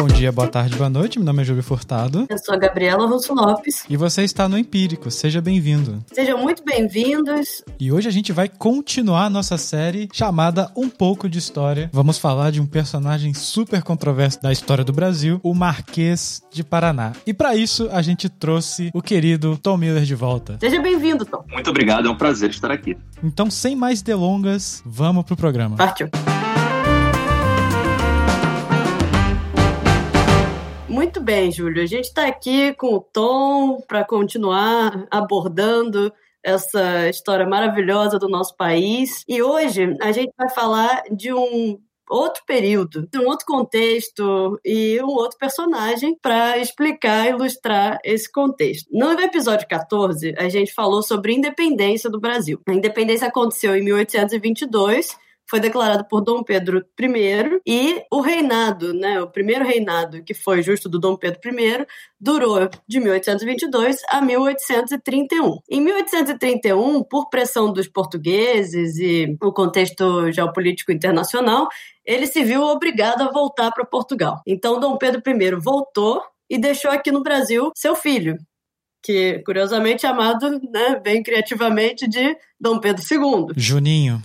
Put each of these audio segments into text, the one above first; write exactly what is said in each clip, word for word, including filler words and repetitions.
Bom dia, boa tarde, boa noite. Meu nome é Júlio Furtado. Eu sou a Gabriela Russo Lopes. E você está no Empírico. Seja bem-vindo. Sejam muito bem-vindos. E hoje a gente vai continuar a nossa série chamada Um Pouco de História. Vamos falar de um personagem super controverso da história do Brasil, o Marquês de Paraná. E para isso, a gente trouxe o querido Tom Miller de volta. Seja bem-vindo, Tom. Muito obrigado, é um prazer estar aqui. Então, sem mais delongas, vamos pro programa. Partiu. Muito bem, Júlio. A gente está aqui com o Tom para continuar abordando essa história maravilhosa do nosso país. E hoje a gente vai falar de um outro período, de um outro contexto e um outro personagem para explicar e ilustrar esse contexto. No episódio catorze, a gente falou sobre a independência do Brasil. A independência aconteceu em mil oitocentos e vinte e dois, foi declarado por Dom Pedro I, e o reinado, né, o primeiro reinado, que foi justo do Dom Pedro I, durou de mil oitocentos e vinte e dois a mil oitocentos e trinta e um. Em mil oitocentos e trinta e um, por pressão dos portugueses e o contexto geopolítico internacional, ele se viu obrigado a voltar para Portugal. Então, Dom Pedro I voltou e deixou aqui no Brasil seu filho, que, curiosamente, chamado, né, bem criativamente, de Dom Pedro segundo. Juninho.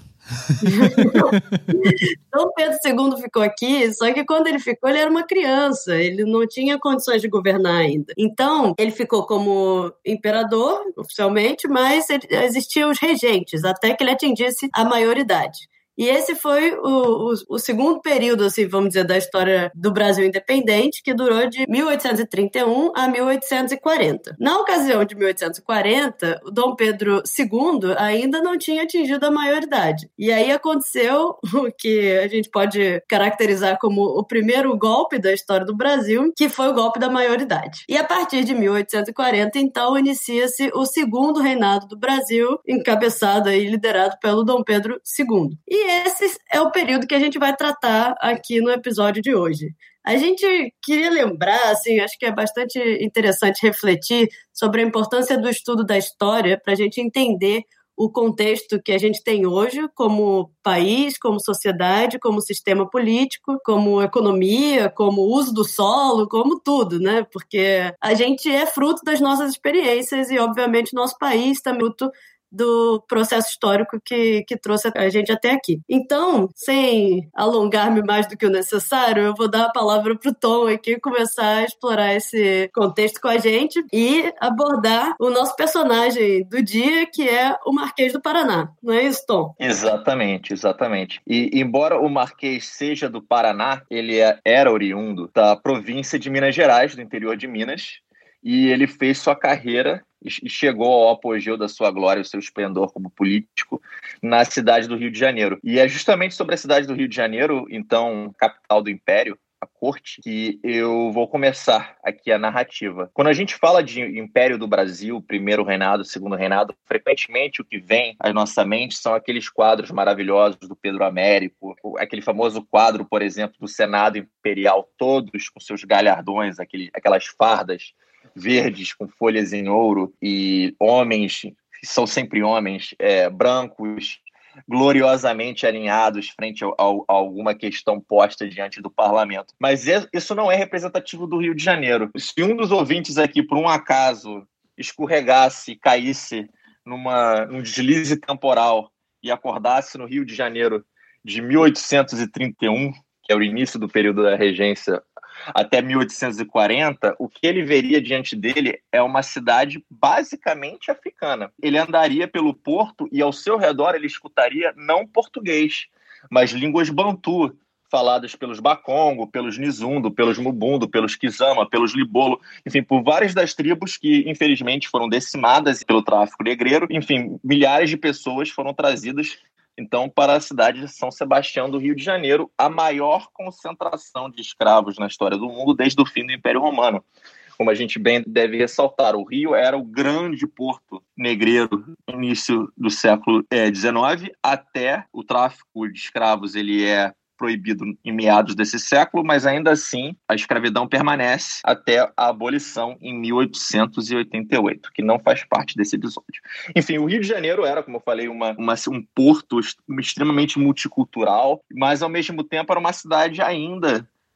Dom Pedro segundo ficou aqui, só que quando ele ficou, ele era uma criança, ele não tinha condições de governar ainda. Então, ele ficou como imperador, oficialmente, mas existiam os regentes, até que ele atingisse a maioridade. E esse foi o, o, o segundo período, assim, vamos dizer, da história do Brasil independente, que durou de mil oitocentos e trinta e um a mil oitocentos e quarenta. Na ocasião de mil oitocentos e quarenta, o Dom Pedro segundo ainda não tinha atingido a maioridade. E aí aconteceu o que a gente pode caracterizar como o primeiro golpe da história do Brasil, que foi o golpe da maioridade. E a partir de mil oitocentos e quarenta, então, inicia-se o segundo reinado do Brasil, encabeçado e liderado pelo Dom Pedro segundo. E esse é o período que a gente vai tratar aqui no episódio de hoje. A gente queria lembrar, assim, acho que é bastante interessante refletir sobre a importância do estudo da história para a gente entender o contexto que a gente tem hoje como país, como sociedade, como sistema político, como economia, como uso do solo, como tudo, né? Porque a gente é fruto das nossas experiências e, obviamente, nosso país está muito do processo histórico que, que trouxe a gente até aqui. Então, sem alongar-me mais do que o necessário, eu vou dar a palavra para o Tom aqui começar a explorar esse contexto com a gente e abordar o nosso personagem do dia, que é o Marquês do Paraná. Não é isso, Tom? Exatamente, exatamente. E embora o Marquês seja do Paraná, ele era oriundo da província de Minas Gerais, do interior de Minas, e ele fez sua carreira e chegou ao apogeu da sua glória, o seu esplendor como político, na cidade do Rio de Janeiro. E é justamente sobre a cidade do Rio de Janeiro, então, capital do Império, a corte, que eu vou começar aqui a narrativa. Quando a gente fala de Império do Brasil, primeiro reinado, segundo reinado, frequentemente o que vem à nossa mente são aqueles quadros maravilhosos do Pedro Américo, aquele famoso quadro, por exemplo, do Senado Imperial, todos com seus galhardões, aquele, aquelas fardas verdes com folhas em ouro e homens, são sempre homens, é, brancos, gloriosamente alinhados frente a, a, a alguma questão posta diante do parlamento. Mas isso não é representativo do Rio de Janeiro. Se um dos ouvintes aqui, por um acaso, escorregasse, caísse numa, num deslize temporal e acordasse no Rio de Janeiro de mil oitocentos e trinta e um, que é o início do período da regência, até mil oitocentos e quarenta, o que ele veria diante dele é uma cidade basicamente africana. Ele andaria pelo porto e ao seu redor ele escutaria não português, mas línguas bantu, faladas pelos Bakongo, pelos Nzundo, pelos Mubundo, pelos Kizama, pelos Libolo, enfim, por várias das tribos que, infelizmente, foram decimadas pelo tráfico negreiro. Enfim, milhares de pessoas foram trazidas então, para a cidade de São Sebastião do Rio de Janeiro, a maior concentração de escravos na história do mundo desde o fim do Império Romano. Como a gente bem deve ressaltar, o Rio era o grande porto negreiro no início do século dezenove, até o tráfico de escravos ele é proibido em meados desse século, mas ainda assim a escravidão permanece até a abolição em mil oitocentos e oitenta e oito, que não faz parte desse episódio. Enfim, o Rio de Janeiro era, como eu falei, uma, uma, um porto extremamente multicultural, mas ao mesmo tempo era uma cidade ainda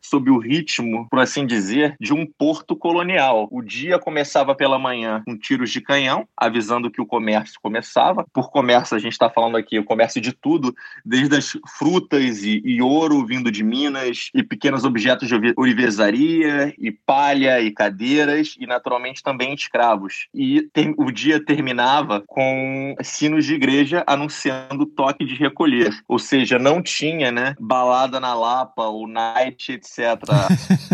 sob o ritmo, por assim dizer, de um porto colonial. O dia começava pela manhã com tiros de canhão, avisando que o comércio começava. Por comércio, a gente está falando aqui o comércio de tudo, desde as frutas e, e ouro vindo de Minas, e pequenos objetos de ourivesaria, e palha, e cadeiras, e naturalmente também escravos. E ter, o dia terminava com sinos de igreja anunciando o toque de recolher. Ou seja, não tinha, né, balada na Lapa, ou night, etcétera.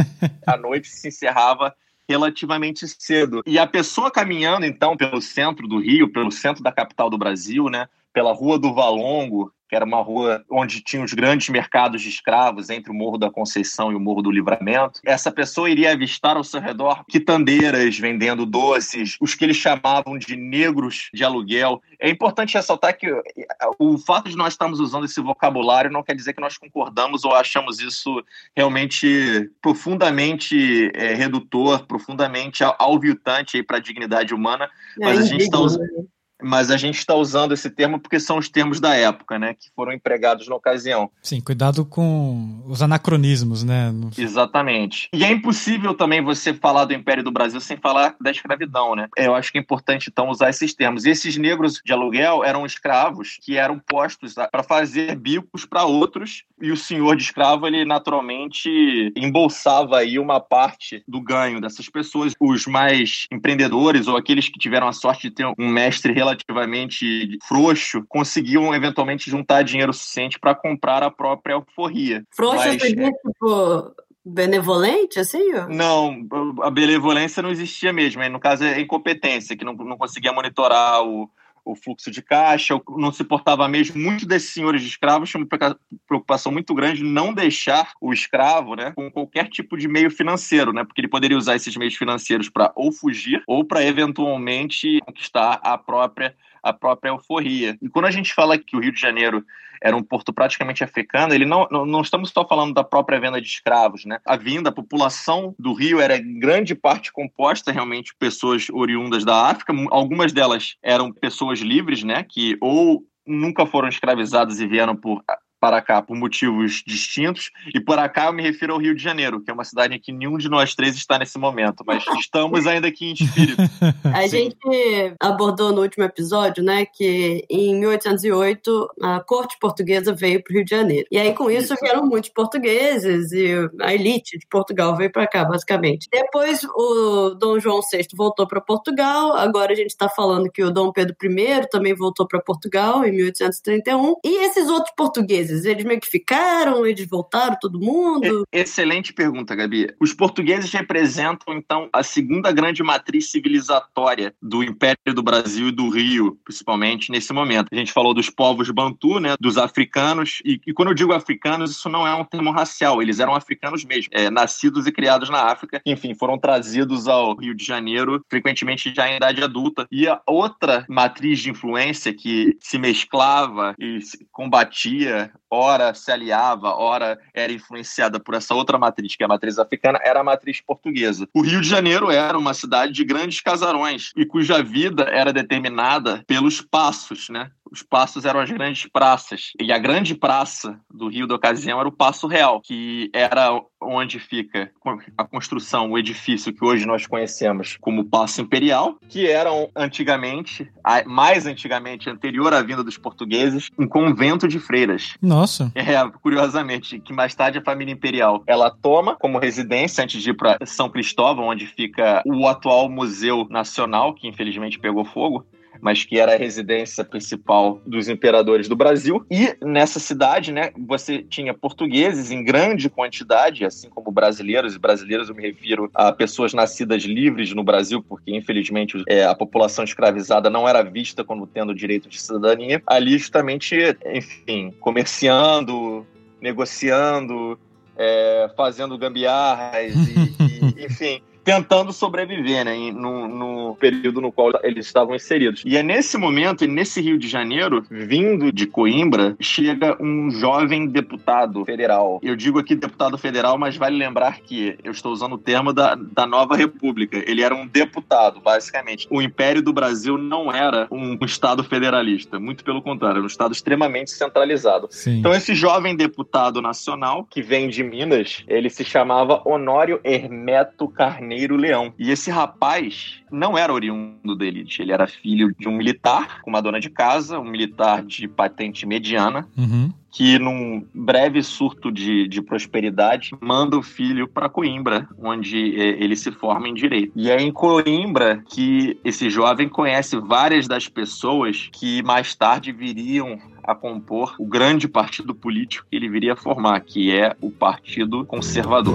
A noite se encerrava relativamente cedo. E a pessoa caminhando, então, pelo centro do Rio, pelo centro da capital do Brasil, né, pela Rua do Valongo, que era uma rua onde tinha os grandes mercados de escravos entre o Morro da Conceição e o Morro do Livramento. Essa pessoa iria avistar ao seu redor quitandeiras vendendo doces, os que eles chamavam de negros de aluguel. É importante ressaltar que o fato de nós estarmos usando esse vocabulário não quer dizer que nós concordamos ou achamos isso realmente profundamente é, redutor, profundamente alviutante para a dignidade humana, mas é a gente está usando... Mas a gente está usando esse termo porque são os termos da época, né? Que foram empregados na ocasião. Sim, cuidado com os anacronismos, né? Exatamente. E é impossível também você falar do Império do Brasil sem falar da escravidão, né? Eu acho que é importante, então, usar esses termos. E esses negros de aluguel eram escravos que eram postos para fazer bicos para outros, e o senhor de escravo, ele naturalmente embolsava aí uma parte do ganho dessas pessoas. Os mais empreendedores ou aqueles que tiveram a sorte de ter um mestre relacionado relativamente frouxo, conseguiam eventualmente juntar dinheiro suficiente para comprar a própria alforria. Frouxo Mas, seria, tipo, benevolente, assim? Ó? Não, a benevolência não existia mesmo. No caso, é a incompetência, que não, não conseguia monitorar o, o fluxo de caixa, não se portava mesmo. Muitos desses senhores de escravos tinham uma preocupação muito grande de não deixar o escravo, né, com qualquer tipo de meio financeiro, né, porque ele poderia usar esses meios financeiros para ou fugir ou para eventualmente conquistar a própria a própria alforria. E quando a gente fala que o Rio de Janeiro era um porto praticamente africano, ele não, não, não estamos só falando da própria venda de escravos, né? A vinda, a população do Rio era em grande parte composta realmente de pessoas oriundas da África. Algumas delas eram pessoas livres, né? Que ou nunca foram escravizadas e vieram por... para cá por motivos distintos, e para cá eu me refiro ao Rio de Janeiro, que é uma cidade em que nenhum de nós três está nesse momento, mas estamos ainda aqui em espírito. A Sim. gente abordou no último episódio, né, que em mil oitocentos e oito a corte portuguesa veio para o Rio de Janeiro. E aí com isso, isso vieram muitos portugueses e a elite de Portugal veio para cá, basicamente. Depois o Dom João sexto voltou para Portugal, agora a gente está falando que o Dom Pedro I também voltou para Portugal em mil oitocentos e trinta e um, e esses outros portugueses, eles meio que ficaram, eles voltaram, todo mundo? Excelente pergunta, Gabi. Os portugueses representam, então, a segunda grande matriz civilizatória do Império do Brasil e do Rio, principalmente nesse momento. A gente falou dos povos bantu, né, dos africanos, e, e quando eu digo africanos, isso não é um termo racial, eles eram africanos mesmo, é, nascidos e criados na África, enfim, foram trazidos ao Rio de Janeiro, frequentemente já em idade adulta. E a outra matriz de influência que se mesclava e se combatia, ora se aliava, ora era influenciada por essa outra matriz, que é a matriz africana, era a matriz portuguesa. O Rio de Janeiro era uma cidade de grandes casarões e cuja vida era determinada pelos passos, né? Os passos eram as grandes praças. E a grande praça do Rio da ocasião era o Paço Real, que era onde fica a construção, o edifício que hoje nós conhecemos como Paço Imperial, que era antigamente, mais antigamente, anterior à vinda dos portugueses, um convento de freiras. Nossa! É, curiosamente, que mais tarde a família imperial, ela toma como residência antes de ir para São Cristóvão, onde fica o atual Museu Nacional, que infelizmente pegou fogo, mas que era a residência principal dos imperadores do Brasil. E nessa cidade, né, você tinha portugueses em grande quantidade, assim como brasileiros, e brasileiros eu me refiro a pessoas nascidas livres no Brasil, porque infelizmente é, a população escravizada não era vista como tendo direito de cidadania, ali justamente, enfim, comerciando, negociando, é, fazendo gambiarras, e, e, enfim... tentando sobreviver, né, no, no período no qual eles estavam inseridos. E é nesse momento, e nesse Rio de Janeiro, vindo de Coimbra, chega um jovem deputado federal. Eu digo aqui deputado federal, mas vale lembrar que eu estou usando o termo da, da nova república. Ele era um deputado, basicamente. O Império do Brasil não era um, um estado federalista, muito pelo contrário, era um estado extremamente centralizado. Sim. Então esse jovem deputado nacional, que vem de Minas, ele se chamava Honório Hermeto Carneiro Leão. E esse rapaz não era oriundo da elite, ele era filho de um militar com uma dona de casa, um militar de patente mediana, Uhum. que num breve surto de, de prosperidade, manda o filho para Coimbra, onde é, ele se forma em Direito. E é em Coimbra que esse jovem conhece várias das pessoas que mais tarde viriam a compor o grande partido político que ele viria a formar, que é o Partido Conservador.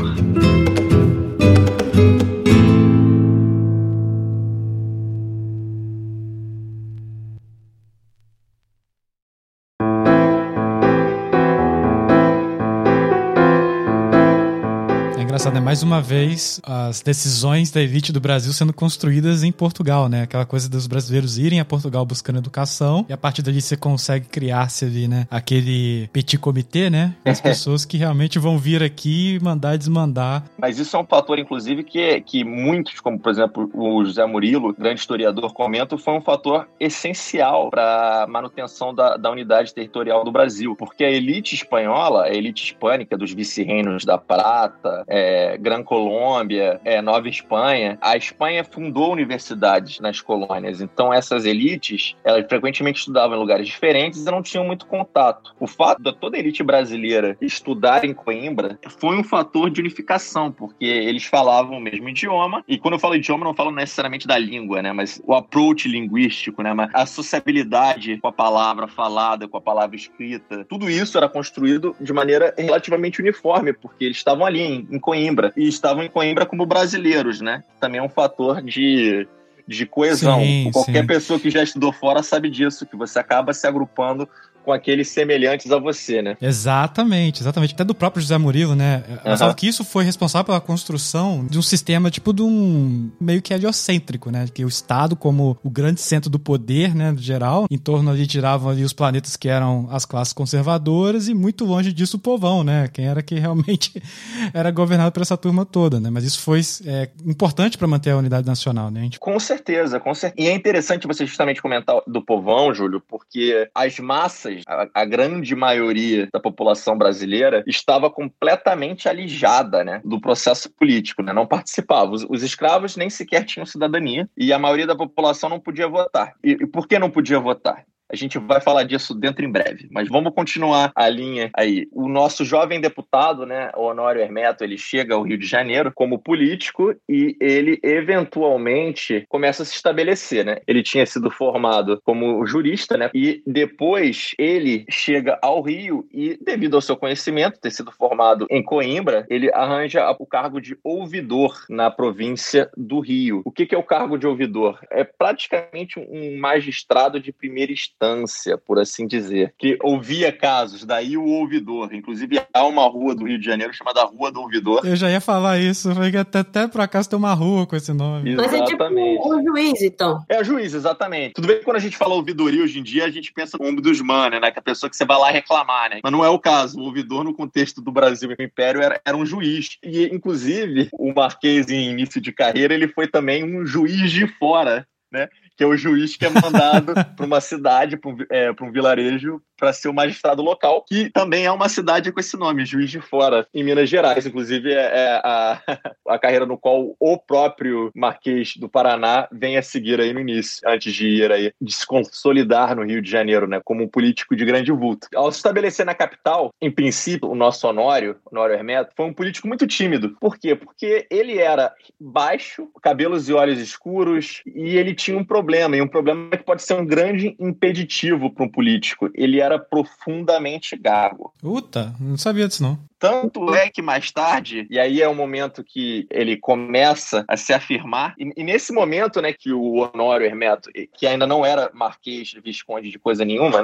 Engraçado, né? Mais uma vez, as decisões da elite do Brasil sendo construídas em Portugal, né? Aquela coisa dos brasileiros irem a Portugal buscando educação e a partir dali você consegue criar-se ali, né? Aquele petit comité, né? As pessoas que realmente vão vir aqui mandar e desmandar. Mas isso é um fator, inclusive, que, que muitos, como por exemplo o José Murilo, grande historiador, comenta, foi um fator essencial para a manutenção da, da unidade territorial do Brasil. Porque a elite espanhola, a elite hispânica dos vice-reinos da Prata, é, Gran Colômbia, é, Nova Espanha, a Espanha fundou universidades nas colônias. Então essas elites, elas frequentemente estudavam em lugares diferentes e não tinham muito contato. O fato de toda a elite brasileira estudar em Coimbra foi um fator de unificação, porque eles falavam o mesmo idioma, e quando eu falo idioma, não falo necessariamente da língua, né, mas o approach linguístico, né, mas a sociabilidade com a palavra falada, com a palavra escrita, tudo isso era construído de maneira relativamente uniforme, porque eles estavam ali em, em Coimbra, e estavam em Coimbra como brasileiros, né, também é um fator de... de coesão. Sim, Qualquer sim. pessoa que já estudou fora sabe disso, que você acaba se agrupando com aqueles semelhantes a você, né? Exatamente, exatamente. Até do próprio José Murilo, né? Uhum. Só que isso foi responsável pela construção de um sistema tipo de um meio que heliocêntrico, né? Que o Estado, como o grande centro do poder, né, no geral, em torno ali giravam ali os planetas que eram as classes conservadoras e muito longe disso o povão, né? Quem era que realmente era governado por essa turma toda, né? Mas isso foi é, importante para manter a unidade nacional, né? A gente... Com certeza, com certeza. E é interessante você justamente comentar do povão, Júlio, porque as massas, a, a grande maioria da população brasileira estava completamente alijada, né, do processo político, né, não participava. Os, os escravos nem sequer tinham cidadania e a maioria da população não podia votar. E, e por que não podia votar? A gente vai falar disso dentro em breve, mas vamos continuar a linha aí. O nosso jovem deputado, né, o Honório Hermeto, ele chega ao Rio de Janeiro como político e ele eventualmente começa a se estabelecer, né? Ele tinha sido formado como jurista, né? E depois ele chega ao Rio e, devido ao seu conhecimento, ter sido formado em Coimbra, ele arranja o cargo de ouvidor na província do Rio. O que é o cargo de ouvidor? É praticamente um magistrado de primeira instância, por assim dizer, que ouvia casos, daí o ouvidor. Inclusive há uma rua do Rio de Janeiro chamada Rua do Ouvidor. Eu já ia falar isso, eu falei que até, até por acaso tem uma rua com esse nome. Exatamente. Mas é tipo um juiz, então. É juiz, exatamente. Tudo bem que quando a gente fala ouvidoria hoje em dia, a gente pensa no ombudsman, né? Que é a pessoa que você vai lá reclamar, né? Mas não é o caso. O ouvidor, no contexto do Brasil e do Império, era, era um juiz. E, inclusive, o Marquês, em início de carreira, ele foi também um juiz de fora, né? Que é o juiz que é mandado para uma cidade, para um, é, para um vilarejo, para ser o magistrado local, que também é uma cidade com esse nome, Juiz de Fora, em Minas Gerais. Inclusive, é, é a, a carreira no qual o próprio Marquês do Paraná vem a seguir aí no início, antes de ir aí, de se consolidar no Rio de Janeiro, né, como um político de grande vulto. Ao se estabelecer na capital, em princípio, o nosso Honório, Honório Hermeto, foi um político muito tímido. Por quê? Porque ele era baixo, cabelos e olhos escuros, e ele tinha um problema, e um problema que pode ser um grande impeditivo para um político. Ele era profundamente gago. Puta, não sabia disso não. Tanto é que mais tarde, e aí é o momento que ele começa a se afirmar, e, e nesse momento, né, que o Honório Hermeto, que ainda não era marquês, visconde de coisa nenhuma, né,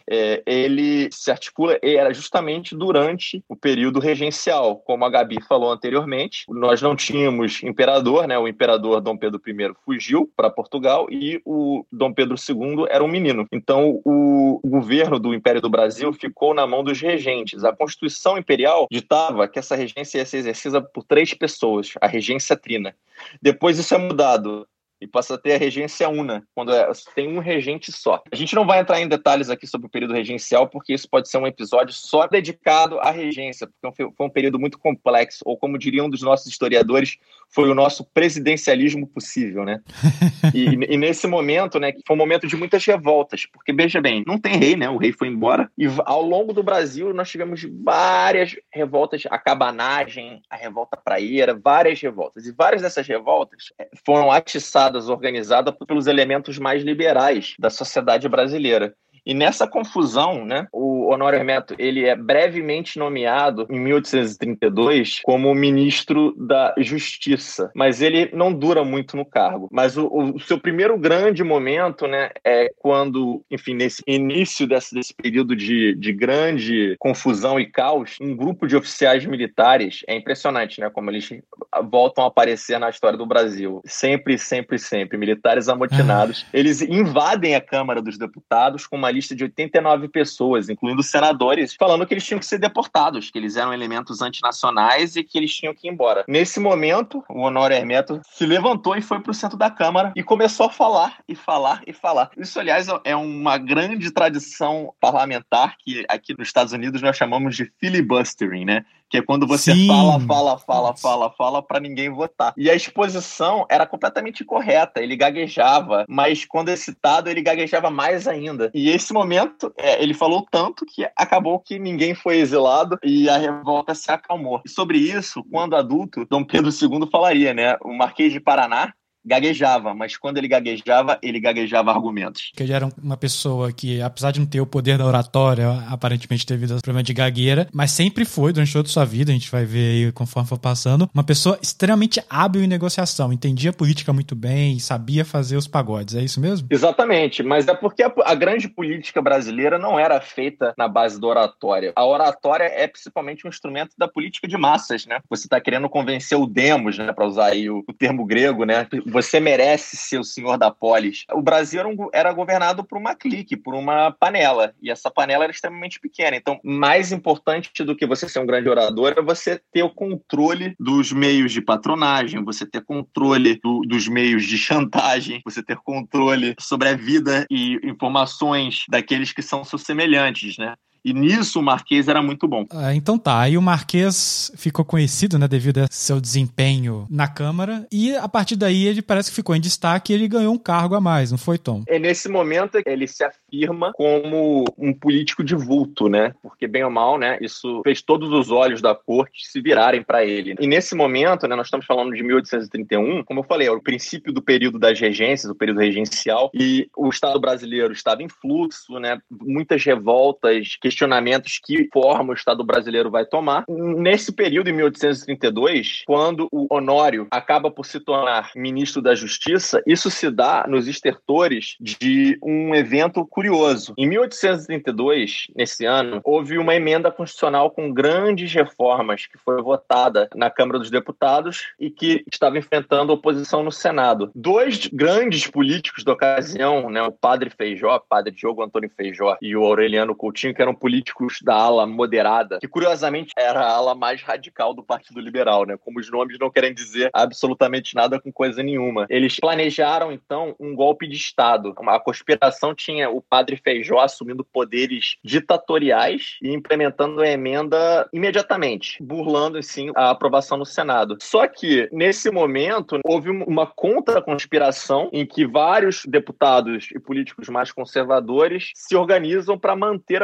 é, ele se articula, era justamente durante o período regencial. Como a Gabi falou anteriormente, nós não tínhamos imperador, né? O imperador Dom Pedro I fugiu para Portugal e o Dom Pedro segundo era um menino. Então, o governo do Império do Brasil ficou na mão dos regentes. A Constituição Imperial ditava que essa regência ia ser exercida por três pessoas, a regência trina. Depois isso é mudado e passa a ter a regência una, quando é, tem um regente só. A gente não vai entrar em detalhes aqui sobre o período regencial, porque isso pode ser um episódio só dedicado à regência, porque foi um período muito complexo, ou como diriam um dos nossos historiadores, foi o nosso presidencialismo possível, né? E, e nesse momento, né, foi um momento de muitas revoltas, porque, veja bem, não tem rei, né? O rei foi embora, e ao longo do Brasil nós tivemos várias revoltas, a cabanagem, a revolta praieira, várias revoltas, e várias dessas revoltas foram atiçadas, organizada pelos elementos mais liberais da sociedade brasileira. E nessa confusão, né, o Honório Hermeto ele é brevemente nomeado em mil oitocentos e trinta e dois como ministro da Justiça, mas ele não dura muito no cargo. Mas o, o seu primeiro grande momento, né, é quando, enfim, nesse início desse, desse período de, de grande confusão e caos, um grupo de oficiais militares, é impressionante, né, como eles voltam a aparecer na história do Brasil, sempre, sempre, sempre, militares amotinados, eles invadem a Câmara dos Deputados com uma lista de oitenta e nove pessoas, incluindo senadores, falando que eles tinham que ser deportados, que eles eram elementos antinacionais e que eles tinham que ir embora. Nesse momento, o Honório Hermeto se levantou e foi para o centro da Câmara e começou a falar e falar e falar. Isso, aliás, é uma grande tradição parlamentar que aqui nos Estados Unidos nós chamamos de filibustering, né? Que é quando você Sim. fala, fala, fala, fala, fala para ninguém votar. E a exposição era completamente correta, ele gaguejava, mas quando excitado ele gaguejava mais ainda. E esse momento, é, ele falou tanto que acabou que ninguém foi exilado e a revolta se acalmou. E sobre isso, quando adulto, Dom Pedro segundo falaria, né? O Marquês de Paraná gaguejava, mas quando ele gaguejava, ele gaguejava argumentos. Que ele era uma pessoa que, apesar de não ter o poder da oratória, aparentemente teve problema de gagueira, mas sempre foi, durante toda a sua vida, a gente vai ver aí conforme for passando, uma pessoa extremamente hábil em negociação, entendia a política muito bem, sabia fazer os pagodes, é isso mesmo? Exatamente, mas é porque a, a grande política brasileira não era feita na base da oratória. A oratória é principalmente um instrumento da política de massas, né? Você está querendo convencer o demos, né, para usar aí o, o termo grego, né? Você merece ser o senhor da polis. O Brasil era, um, era governado por uma clique, por uma panela. E essa panela era extremamente pequena. Então, mais importante do que você ser um grande orador é você ter o controle dos meios de patronagem, você ter controle do, dos meios de chantagem, você ter controle sobre a vida e informações daqueles que são seus semelhantes, né? E nisso o Marquês era muito bom. Ah, então tá, aí o Marquês ficou conhecido, né, devido ao seu desempenho na Câmara, e a partir daí ele parece que ficou em destaque e ele ganhou um cargo a mais, não foi, Tom? É nesse momento que ele se afirma como um político de vulto, né, porque bem ou mal, né, isso fez todos os olhos da corte se virarem para ele. E nesse momento, né, nós estamos falando de mil oitocentos e trinta e um, como eu falei, é o princípio do período das regências, o período regencial, e o Estado brasileiro estava em fluxo, né, muitas revoltas, questionamentos que forma o Estado brasileiro vai tomar. Nesse período, em mil oitocentos e trinta e dois, quando o Honório acaba por se tornar ministro da Justiça, isso se dá nos estertores de um evento curioso. Em mil oitocentos e trinta e dois, nesse ano, houve uma emenda constitucional com grandes reformas que foi votada na Câmara dos Deputados e que estava enfrentando oposição no Senado. Dois grandes políticos da ocasião, né, o padre Feijó, padre Diogo Antônio Feijó, e o Aureliano Coutinho, que eram políticos da ala moderada, que curiosamente era a ala mais radical do Partido Liberal, né? Como os nomes não querem dizer absolutamente nada com coisa nenhuma. Eles planejaram, então, um golpe de Estado. A conspiração tinha o padre Feijó assumindo poderes ditatoriais e implementando a emenda imediatamente, burlando, assim, a aprovação no Senado. Só que, nesse momento, houve uma contra-conspiração em que vários deputados e políticos mais conservadores se organizam para manter a Constituição.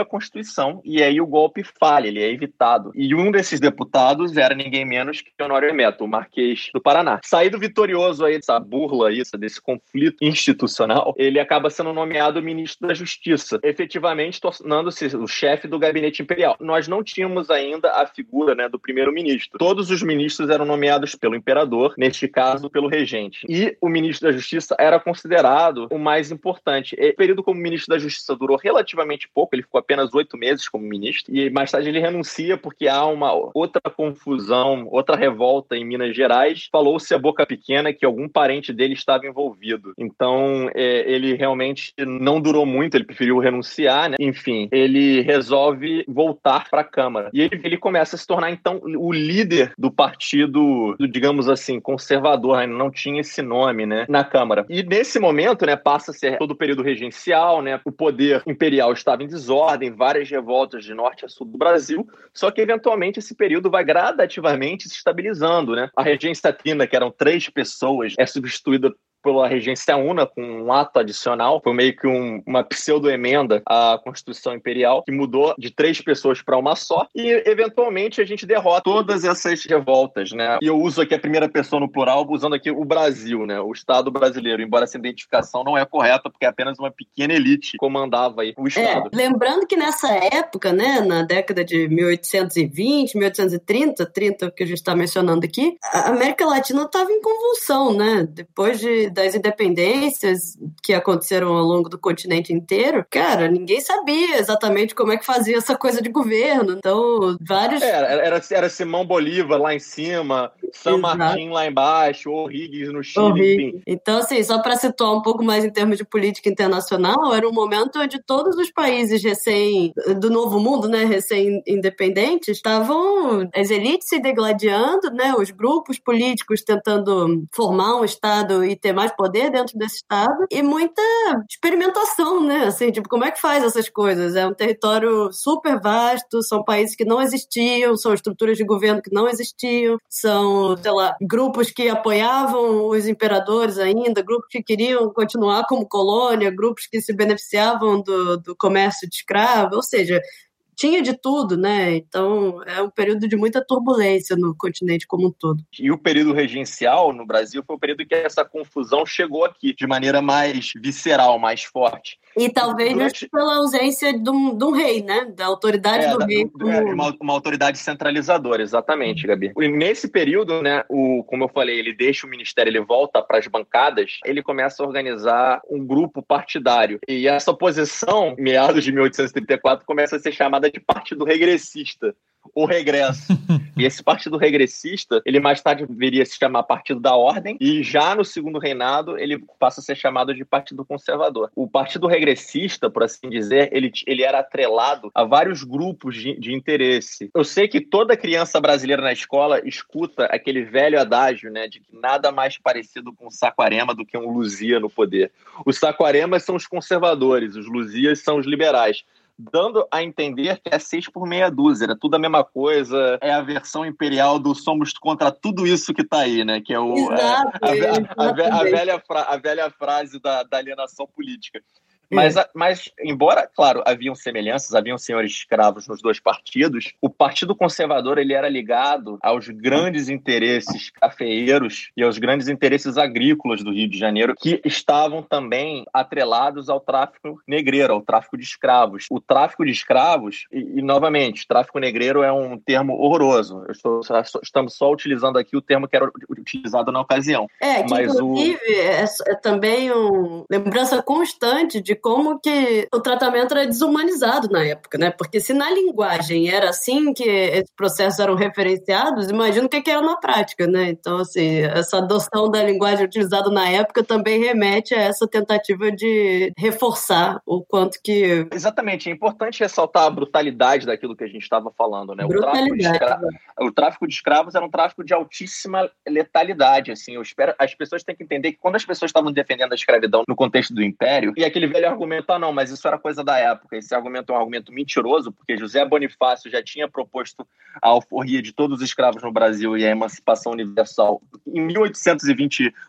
eleição e aí o golpe falha, ele é evitado. E um desses deputados era ninguém menos que Honório Hermeto, o Marquês do Paraná. Saído vitorioso aí dessa burla, aí, desse conflito institucional, ele acaba sendo nomeado ministro da Justiça, efetivamente tornando-se o chefe do gabinete imperial. Nós não tínhamos ainda a figura, né, do primeiro-ministro. Todos os ministros eram nomeados pelo imperador, neste caso pelo regente. E o ministro da Justiça era considerado o mais importante. O período como ministro da Justiça durou relativamente pouco, ele ficou apenas oito meses como ministro, e mais tarde ele renuncia porque há uma outra confusão, outra revolta em Minas Gerais. Falou-se a boca pequena que algum parente dele estava envolvido. Então, é, ele realmente não durou muito, ele preferiu renunciar, né? Enfim, ele resolve voltar para a Câmara. E ele, ele começa a se tornar, então, o líder do partido, digamos assim, conservador, ainda não tinha esse nome, né, na Câmara. E nesse momento, né, passa a ser todo o período regencial, né, o poder imperial estava em desordem, várias revoltas de norte a sul do Brasil, só que eventualmente esse período vai gradativamente se estabilizando, né? A regência trina, que eram três pessoas, é substituída pela regência una, com um ato adicional, foi meio que um, uma pseudo-emenda à Constituição Imperial, que mudou de três pessoas para uma só, e eventualmente a gente derrota todas essas revoltas, né? E eu uso aqui a primeira pessoa no plural, usando aqui o Brasil, né? O Estado brasileiro, embora essa identificação não é correta, porque é apenas uma pequena elite que comandava aí o Estado. É, lembrando que nessa época, né, na década de mil oitocentos e vinte, mil oitocentos e trinta, trinta que a gente está mencionando aqui, a América Latina estava em convulsão, né? Depois de das independências que aconteceram ao longo do continente inteiro, cara, ninguém sabia exatamente como é que fazia essa coisa de governo. Então, vários... É, era, era Simão Bolívar lá em cima, San Martín lá embaixo, O'Higgins no Chile, O'Higgins. enfim. Então, assim, só para situar um pouco mais em termos de política internacional, era um momento onde todos os países recém, do Novo Mundo, né, recém-independentes, estavam as elites se degladiando, né, os grupos políticos tentando formar um Estado e ter mais poder dentro desse Estado, e muita experimentação, né, assim, tipo, como é que faz essas coisas? É um território super vasto, são países que não existiam, são estruturas de governo que não existiam, são, sei lá, grupos que apoiavam os imperadores ainda, grupos que queriam continuar como colônia, grupos que se beneficiavam do, do comércio de escravos, ou seja, tinha de tudo, né? Então, é um período de muita turbulência no continente como um todo. E o período regencial no Brasil foi o período que essa confusão chegou aqui, de maneira mais visceral, mais forte. E talvez Durante... pela ausência de um, de um rei, né? Da autoridade é, do da, rei. Como... É, uma, uma autoridade centralizadora, exatamente, Gabi. E nesse período, né, o, como eu falei, ele deixa o ministério, ele volta para as bancadas, ele começa a organizar um grupo partidário. E essa oposição, meados de mil oitocentos e trinta e quatro, começa a ser chamada de Partido Regressista, o Regresso. E esse Partido Regressista, ele mais tarde viria a se chamar Partido da Ordem, e já no segundo reinado ele passa a ser chamado de Partido Conservador. O Partido Regressista, por assim dizer, ele, ele era atrelado a vários grupos de, de interesse. Eu sei que toda criança brasileira na escola escuta aquele velho adágio, né, de que nada mais parecido com o Saquarema do que um Luzia no poder. Os Saquaremas são os conservadores, os Luzias são os liberais, dando a entender que é seis por meia dúzia, era tudo a mesma coisa, é a versão imperial do somos contra tudo isso que tá aí, né? Que é o, Exato, é, a, a, a, a, velha fra, a velha frase da, da alienação política. Mas, é. mas, embora, claro, haviam semelhanças, haviam senhores escravos nos dois partidos, o Partido Conservador ele era ligado aos grandes interesses cafeeiros e aos grandes interesses agrícolas do Rio de Janeiro, que estavam também atrelados ao tráfico negreiro, ao tráfico de escravos. O tráfico de escravos, e, e novamente, tráfico negreiro é um termo horroroso. Eu estou, estamos só utilizando aqui o termo que era utilizado na ocasião. É, que mas inclusive o... é, é também uma lembrança constante de como que o tratamento era desumanizado na época, né? Porque se na linguagem era assim que esses processos eram referenciados, imagina o que, que era na prática, né? Então, assim, essa adoção da linguagem utilizada na época também remete a essa tentativa de reforçar o quanto que... Exatamente, é importante ressaltar a brutalidade daquilo que a gente estava falando, né? Brutalidade. O tráfico, de escra... o tráfico de escravos era um tráfico de altíssima letalidade, assim, eu espero... as pessoas têm que entender que quando as pessoas estavam defendendo a escravidão no contexto do Império, e aquele velho argumento, ah não, mas isso era coisa da época, esse argumento é um argumento mentiroso, porque José Bonifácio já tinha proposto a alforria de todos os escravos no Brasil e a emancipação universal em mil oitocentos e vinte,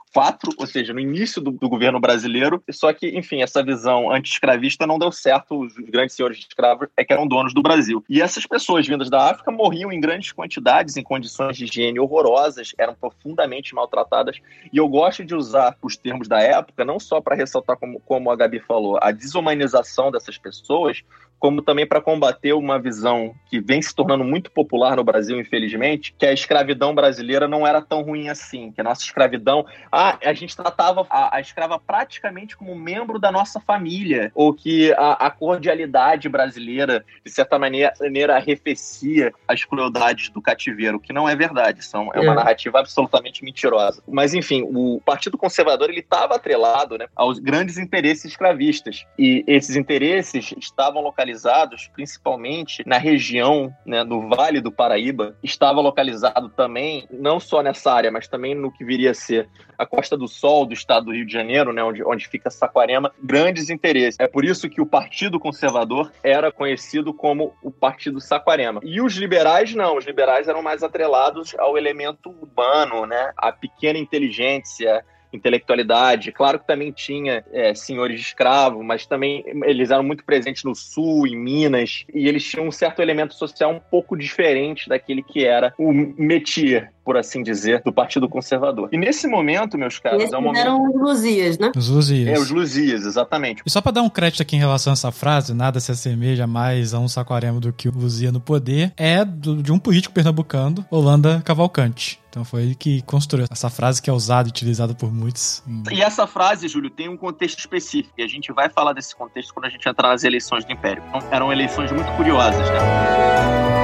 quatro, ou seja, no início do, do governo brasileiro, só que, enfim, essa visão anti-escravista não deu certo, os grandes senhores de escravos é que eram donos do Brasil. E essas pessoas vindas da África morriam em grandes quantidades, em condições de higiene horrorosas, eram profundamente maltratadas, e eu gosto de usar os termos da época, não só para ressaltar, como, como a Gabi falou, a desumanização dessas pessoas, como também para combater uma visão que vem se tornando muito popular no Brasil, infelizmente, que a escravidão brasileira não era tão ruim assim, que a nossa escravidão... Ah, a gente tratava a, a escrava praticamente como membro da nossa família, ou que a, a cordialidade brasileira, de certa maneira, maneira, arrefecia as crueldades do cativeiro, que não é verdade, são, é uma é. narrativa absolutamente mentirosa. Mas, enfim, o Partido Conservador ele estava atrelado, né, aos grandes interesses escravistas, e esses interesses estavam localizados principalmente na região, né, no Vale do Paraíba, estava localizado também, não só nessa área, mas também no que viria a ser a Costa do Sol do estado do Rio de Janeiro, né, onde, onde fica Saquarema, grandes interesses. É por isso que o Partido Conservador era conhecido como o Partido Saquarema. E os liberais não, os liberais eram mais atrelados ao elemento urbano, né, à pequena inteligência, intelectualidade. Claro que também tinha é, senhores de escravo, mas também eles eram muito presentes no Sul, em Minas, e eles tinham um certo elemento social um pouco diferente daquele que era o métier, por assim dizer, do Partido Conservador. E nesse momento, meus caros... Esses é um momento... eram os Luzias, né? Os Luzias. É, os Luzias, exatamente. E só pra dar um crédito aqui em relação a essa frase, nada se assemelha mais a um Saquarema do que o Luzia no poder, é do, de um político pernambucano, Holanda Cavalcante. Então foi ele que construiu essa frase que é usada e utilizada por muitos. E essa frase, Júlio, tem um contexto específico. E a gente vai falar desse contexto quando a gente entrar nas eleições do Império. Então, eram eleições muito curiosas, né?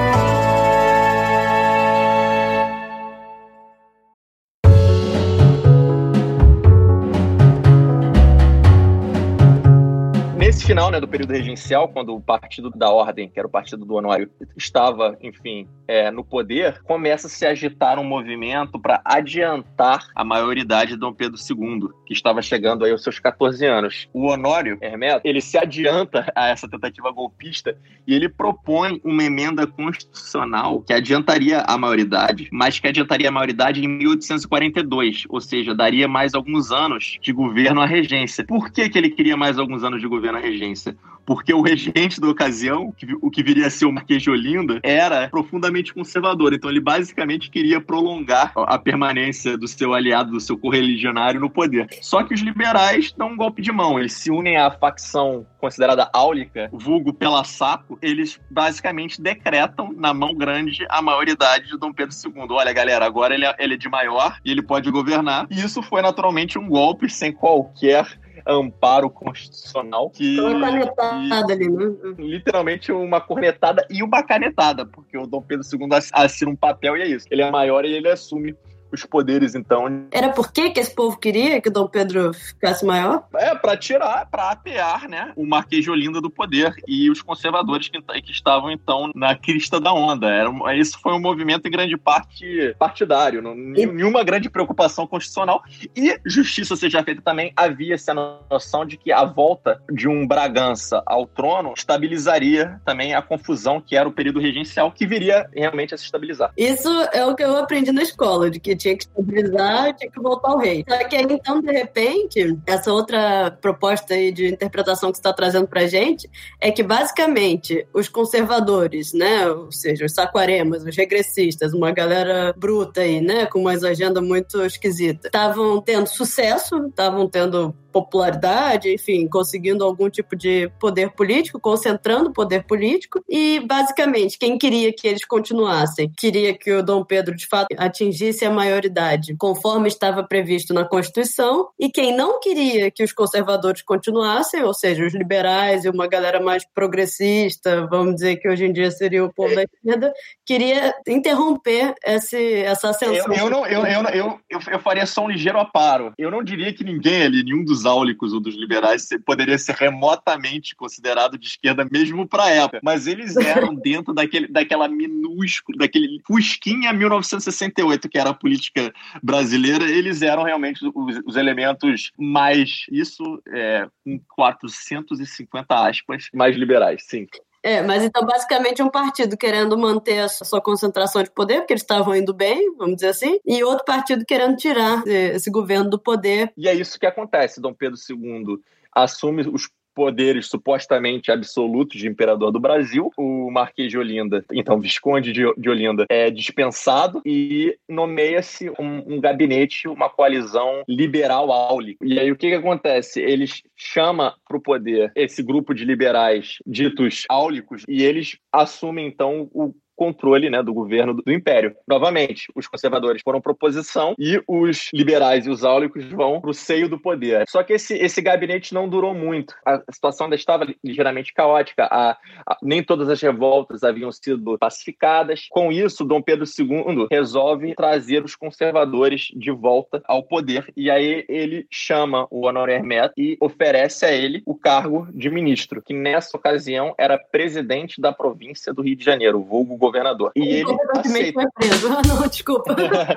Nesse final, né, do período regencial, quando o Partido da Ordem, que era o Partido do Honório, estava, enfim, é, no poder, começa a se agitar um movimento para adiantar a maioridade de Dom Pedro segundo, que estava chegando aí aos seus catorze anos. O Honório Hermeto, ele se adianta a essa tentativa golpista e ele propõe uma emenda constitucional que adiantaria a maioridade, mas que adiantaria a maioridade em mil oitocentos e quarenta e dois, ou seja, daria mais alguns anos de governo à regência. Por que que ele queria mais alguns anos de governo à regência? Porque o regente da ocasião, o que viria a ser o Marquês de Olinda, era profundamente conservador. Então ele basicamente queria prolongar a permanência do seu aliado, do seu correligionário no poder. Só que os liberais dão um golpe de mão. Eles se unem à facção considerada áulica, vulgo Pela Saco. Eles basicamente decretam na mão grande a maioridade de Dom Pedro segundo. Olha, galera, agora ele é, ele é de maior e ele pode governar. E isso foi naturalmente um golpe sem qualquer amparo constitucional. Que, uma canetada ali, né? Literalmente uma cornetada e uma canetada, porque o Dom Pedro segundo assina um papel e é isso. Ele é maior e ele assume os poderes, então... Era por que que esse povo queria que o Dom Pedro ficasse maior? É, pra tirar, pra apear, né, o Marquês de Olinda do poder e os conservadores que, que estavam, então, na crista da onda. Era, isso foi um movimento, em grande parte, partidário, não, e... nenhuma grande preocupação constitucional. E justiça seja feita também, havia-se a noção de que a volta de um Bragança ao trono estabilizaria também a confusão que era o período regencial, que viria realmente a se estabilizar. Isso é o que eu aprendi na escola, de que tinha que estabilizar, tinha que voltar ao rei. Só que aí, então, de repente, essa outra proposta aí de interpretação que você está trazendo pra gente é que, basicamente, os conservadores, né, ou seja, os saquaremas, os regressistas, uma galera bruta aí, né, com uma agenda muito esquisita, estavam tendo sucesso, estavam tendo popularidade, enfim, conseguindo algum tipo de poder político, concentrando poder político, e basicamente quem queria que eles continuassem, queria que o Dom Pedro de fato atingisse a maioridade, conforme estava previsto na Constituição, e quem não queria que os conservadores continuassem, ou seja, os liberais e uma galera mais progressista, vamos dizer que hoje em dia seria o povo da esquerda, queria interromper esse, essa ascensão. Eu, eu, não, eu, eu, eu, eu, eu faria só um ligeiro aparo. Eu não diria que ninguém ali, nenhum dos áulicos ou dos liberais poderia ser remotamente considerado de esquerda mesmo para a época, mas eles eram dentro daquele, daquela minúscula, daquele Fusquinha mil novecentos e sessenta e oito, que era a política brasileira, eles eram realmente os, os elementos mais, isso é, com quatrocentos e cinquenta aspas, mais liberais, sim. É, mas então basicamente um partido querendo manter a sua concentração de poder, porque eles estavam indo bem, vamos dizer assim, e outro partido querendo tirar esse governo do poder. E é isso que acontece. Dom Pedro segundo assume os poderes supostamente absolutos de imperador do Brasil. O Marquês de Olinda, então Visconde de, de Olinda, é dispensado e nomeia-se um, um gabinete, uma coalizão liberal áulica. E aí o que, que acontece? Eles chamam para o poder esse grupo de liberais ditos áulicos e eles assumem então o controle, né, do governo do Império. Novamente, os conservadores foram para oposição e os liberais e os áulicos vão para o seio do poder. Só que esse, esse gabinete não durou muito. A situação ainda estava ligeiramente caótica. A, a, nem todas as revoltas haviam sido pacificadas. Com isso, Dom Pedro segundo resolve trazer os conservadores de volta ao poder. E aí ele chama o Honório Hermeto e oferece a ele o cargo de ministro, que nessa ocasião era presidente da província do Rio de Janeiro, vulgo governador. E ele aceita. Foi preso. Não, desculpa.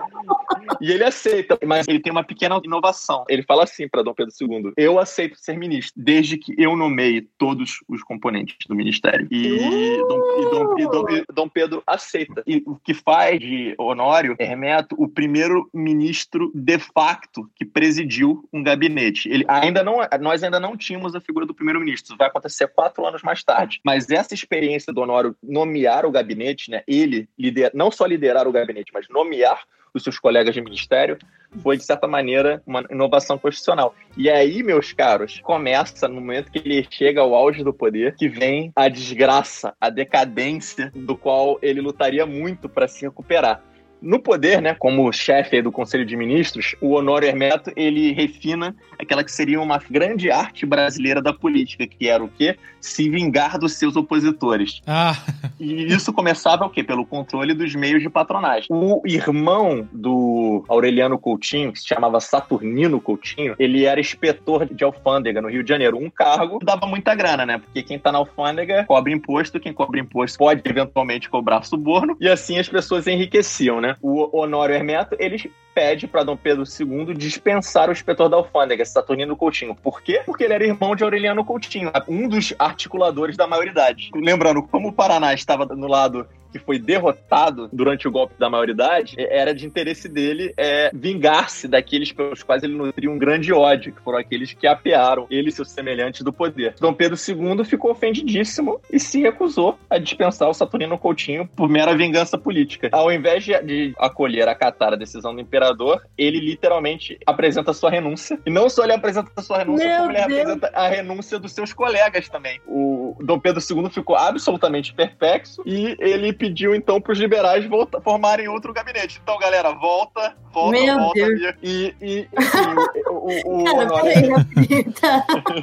E ele aceita, mas ele tem uma pequena inovação. Ele fala assim para Dom Pedro segundo: eu aceito ser ministro, desde que eu nomeie todos os componentes do ministério. E, uh! Dom, e, Dom, e, Dom, e Dom Pedro aceita. E o que faz de Honório Hermeto o primeiro ministro de facto que presidiu um gabinete. Ele ainda não, nós ainda não tínhamos a figura do primeiro-ministro. Isso vai acontecer quatro anos mais tarde. Mas essa experiência do Honório nomear o gabinete, né, ele lider, não só liderar o gabinete, mas nomear os seus colegas de ministério, foi, de certa maneira, uma inovação constitucional. E aí, meus caros, começa, no momento que ele chega ao auge do poder, que vem a desgraça, a decadência, do qual ele lutaria muito para se recuperar. No poder, né, como chefe do Conselho de Ministros, o Honório Hermeto, ele refina aquela que seria uma grande arte brasileira da política, que era o quê? Se vingar dos seus opositores. Ah. E isso começava o quê? Pelo controle dos meios de patronagem. O irmão do Aureliano Coutinho, que se chamava Saturnino Coutinho, ele era inspetor de alfândega no Rio de Janeiro. Um cargo que dava muita grana, né? Porque quem tá na alfândega cobra imposto, quem cobra imposto pode eventualmente cobrar suborno, e assim as pessoas enriqueciam, né? O Honório Hermeto, ele pede para Dom Pedro segundo dispensar o inspetor da alfândega, Saturnino Coutinho. Por quê? Porque ele era irmão de Aureliano Coutinho, um dos articuladores da maioridade. Lembrando, como o Paraná estava no lado que foi derrotado durante o golpe da maioridade, era de interesse dele é, vingar-se daqueles pelos quais ele nutria um grande ódio, que foram aqueles que apearam ele e seus semelhantes do poder. Dom Pedro segundo ficou ofendidíssimo e se recusou a dispensar o Saturnino Coutinho por mera vingança política. Ao invés de, de acolher, acatar a decisão do imperador, ele literalmente apresenta sua renúncia. E não só ele apresenta a sua renúncia, Meu como ele Deus. apresenta a renúncia dos seus colegas também. O Dom Pedro segundo ficou absolutamente perplexo e ele pediu, então, para os liberais volta, formarem outro gabinete. Então, galera, volta, volta, Meu volta. Deus. E, e, enfim, o, o, o Cara, Honório... peraí, tá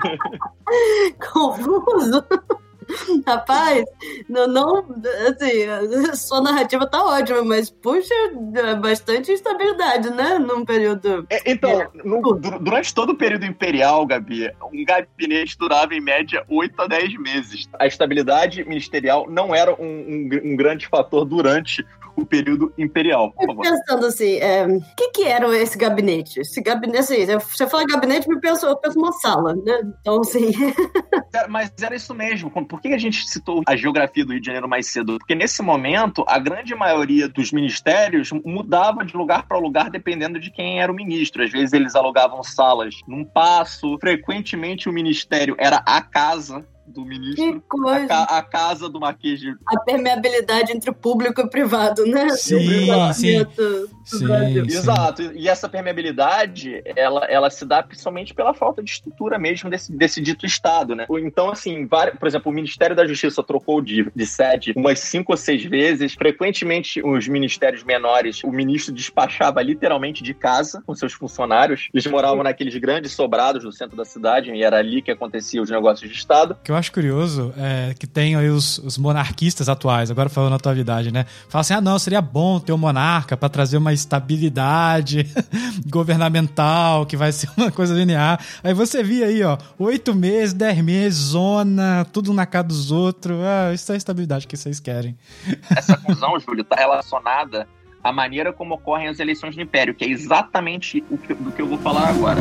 confuso. Rapaz, não, não, assim, sua narrativa tá ótima, mas puxa, bastante instabilidade, né? Num período... É, então, no, durante todo o período imperial, Gabi, um gabinete durava em média oito a dez meses. A estabilidade ministerial não era um, um, um grande fator durante o período imperial. Por favor. Pensando assim, é, o que que era esse gabinete? Esse gabinete, assim, você fala gabinete, eu penso, eu penso uma sala, né? Então, assim... Mas era isso mesmo. Por que a gente citou a geografia do Rio de Janeiro mais cedo? Porque nesse momento, a grande maioria dos ministérios mudava de lugar para lugar dependendo de quem era o ministro. Às vezes eles alugavam salas num passo. Frequentemente o ministério era a casa do ministro, Que coisa. A, ca- a casa do Marquês de... A permeabilidade entre o público e o privado, né? Sim, O sim. do Sim, Brasil. sim. Exato, e essa permeabilidade, ela, ela se dá principalmente pela falta de estrutura mesmo desse, desse dito Estado, né? Então, assim, vários, por exemplo, o Ministério da Justiça trocou de, de sede umas cinco ou seis vezes. Frequentemente, os ministérios menores, o ministro despachava literalmente de casa com seus funcionários. Eles moravam naqueles grandes sobrados no centro da cidade, e era ali que aconteciam os negócios de Estado. O que eu acho curioso é que tem aí os, os monarquistas atuais, agora falando na atualidade, né? Falam assim, ah não, seria bom ter um monarca pra trazer uma estabilidade governamental, que vai ser uma coisa linear. Aí você via aí, ó, oito meses, dez meses, zona, tudo na cara dos outros. Ah, isso é a estabilidade que vocês querem. Essa fusão, Júlio, está relacionada à maneira como ocorrem as eleições no Império, que é exatamente o que, do que eu vou falar agora.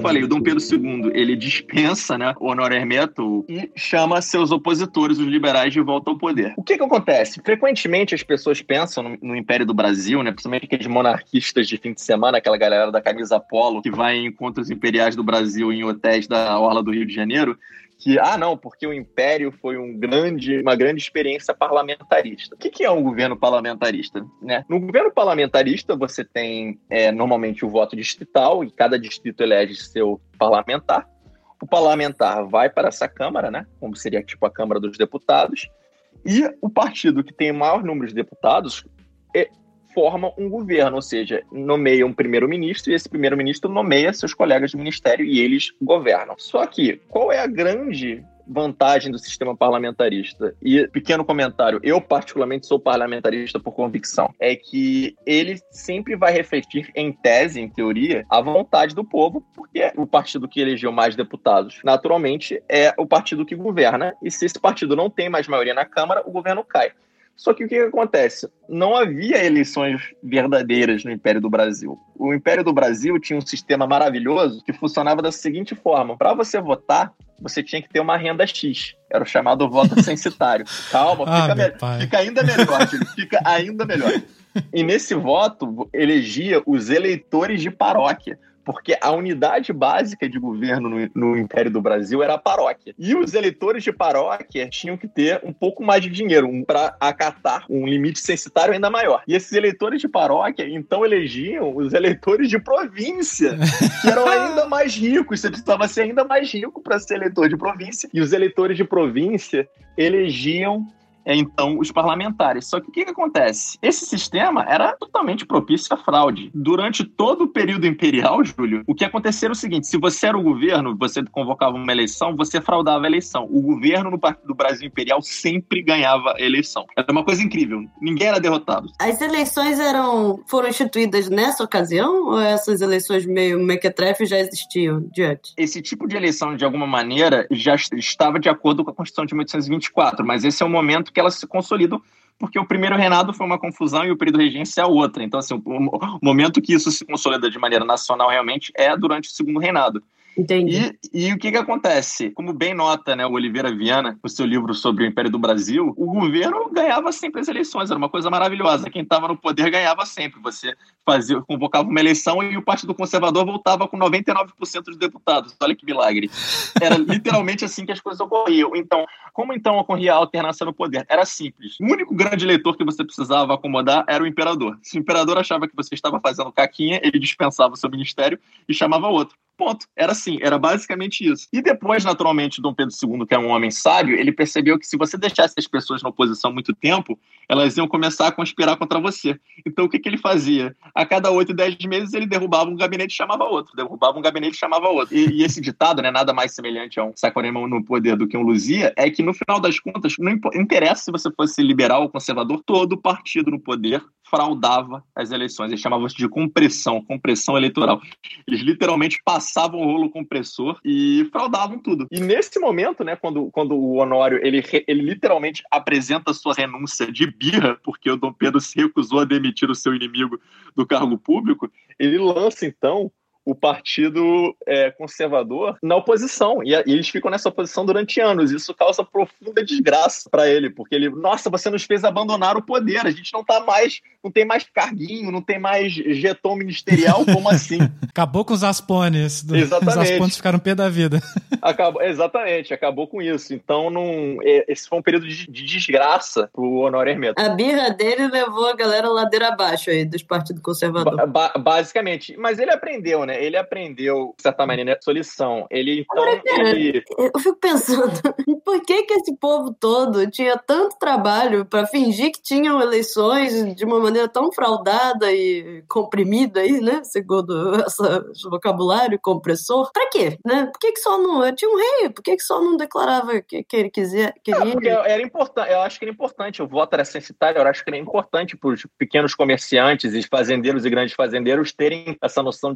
falei, o Dom Pedro segundo, ele dispensa, né, o honoris metum e chama seus opositores, os liberais, de volta ao poder. O que que acontece? Frequentemente as pessoas pensam no, no Império do Brasil, né, principalmente aqueles monarquistas de fim de semana, aquela galera da camisa polo que vai em encontros imperiais do Brasil em hotéis da orla do Rio de Janeiro, que, ah, não, porque o Império foi um grande, uma grande experiência parlamentarista. O que que é um governo parlamentarista, né? No governo parlamentarista, você tem, é, normalmente, o voto distrital, e cada distrito elege seu parlamentar. O parlamentar vai para essa Câmara, né? Como seria, tipo, a Câmara dos Deputados, e o partido que tem o maior número de deputados é, forma um governo, ou seja, nomeia um primeiro-ministro e esse primeiro-ministro nomeia seus colegas de ministério e eles governam. Só que, qual é a grande vantagem do sistema parlamentarista? E, pequeno comentário, eu particularmente sou parlamentarista por convicção, é que ele sempre vai refletir, em tese, em teoria, a vontade do povo, porque o partido que elegeu mais deputados, naturalmente, é o partido que governa, e se esse partido não tem mais maioria na Câmara, o governo cai. Só que o que, que acontece? Não havia eleições verdadeiras no Império do Brasil. O Império do Brasil tinha um sistema maravilhoso que funcionava da seguinte forma. Para você votar, você tinha que ter uma renda X. Era o chamado voto censitário. Calma, fica, ah, me... fica ainda melhor, Júlio. Fica ainda melhor. E nesse voto, elegia os eleitores de paróquia. Porque a unidade básica de governo no, no Império do Brasil era a paróquia. E os eleitores de paróquia tinham que ter um pouco mais de dinheiro um, para acatar um limite censitário ainda maior. E esses eleitores de paróquia, então, elegiam os eleitores de província, que eram ainda mais ricos. Você precisava ser ainda mais rico para ser eleitor de província. E os eleitores de província elegiam então, os parlamentares. Só que o que, que acontece? Esse sistema era totalmente propício à fraude. Durante todo o período imperial, Júlio, o que acontecia era o seguinte: se você era o governo, você convocava uma eleição, você fraudava a eleição. O governo no do Brasil Imperial sempre ganhava a eleição. Era uma coisa incrível. Ninguém era derrotado. As eleições eram, foram instituídas nessa ocasião? Ou essas eleições meio mequetrefe já existiam diante? Esse tipo de eleição, de alguma maneira, já estava de acordo com a Constituição de mil oitocentos e vinte e quatro, mas esse é o momento que elas se consolidam, porque o primeiro reinado foi uma confusão e o período de regência é a outra. Então, assim, o momento que isso se consolida de maneira nacional realmente é durante o segundo reinado. Entendi. E, e o que que acontece? Como bem nota, né, o Oliveira Viana, no seu livro sobre o Império do Brasil, o governo ganhava sempre as eleições, era uma coisa maravilhosa. Quem estava no poder ganhava sempre. Você fazia, convocava uma eleição e o Partido Conservador voltava com noventa e nove por cento dos deputados. Olha que milagre. Era literalmente assim que as coisas ocorriam. Então, como então ocorria a alternância no poder? Era simples. O único grande eleitor que você precisava acomodar era o imperador. Se o imperador achava que você estava fazendo caquinha, ele dispensava o seu ministério e chamava outro. Ponto. Era assim, era basicamente isso. E depois, naturalmente, Dom Pedro segundo, que é um homem sábio, ele percebeu que se você deixasse as pessoas na oposição muito tempo, elas iam começar a conspirar contra você. Então, o que, que ele fazia? A cada oito, dez meses, ele derrubava um gabinete e chamava outro. Derrubava um gabinete e chamava outro. E, e esse ditado, né, nada mais semelhante a um Saquarema no poder do que um Luzia, é que, no final das contas, não interessa se você fosse liberal ou conservador, todo partido no poder fraudava as eleições. Eles chamavam isso de compressão, compressão eleitoral. Eles literalmente passavam o rolo compressor e fraudavam tudo. E nesse momento, né, quando, quando o Honório, ele, ele literalmente apresenta sua renúncia de birra, porque o Dom Pedro se recusou a demitir o seu inimigo do cargo público, ele lança, então, o partido é, conservador na oposição. E, e eles ficam nessa oposição durante anos. Isso causa profunda desgraça para ele, porque ele, nossa, você nos fez abandonar o poder. A gente não tá mais, não tem mais carguinho, não tem mais jeton ministerial, como assim? Acabou com os aspones. Do... Exatamente. Os aspones ficaram pé da vida. Acabou, exatamente, acabou com isso. Então, não, esse foi um período de, de desgraça pro Honoris Metum. A birra dele levou a galera ladeira abaixo aí, dos partidos conservadores. Ba- basicamente. Mas ele aprendeu, né? Ele aprendeu, de certa maneira, sua lição. Ele, então, Agora, cara, ele... eu fico pensando, por que que esse povo todo tinha tanto trabalho para fingir que tinham eleições de uma maneira tão fraudada e comprimida aí, né? Segundo essa, esse vocabulário compressor. Pra quê, né? Por que que só não... Tinha um rei, por que que só não declarava que, que ele quiser, queria? É, porque era importante, eu acho que era importante, o voto era censitário, eu acho que era importante para os pequenos comerciantes e fazendeiros e grandes fazendeiros terem essa noção de que eles estão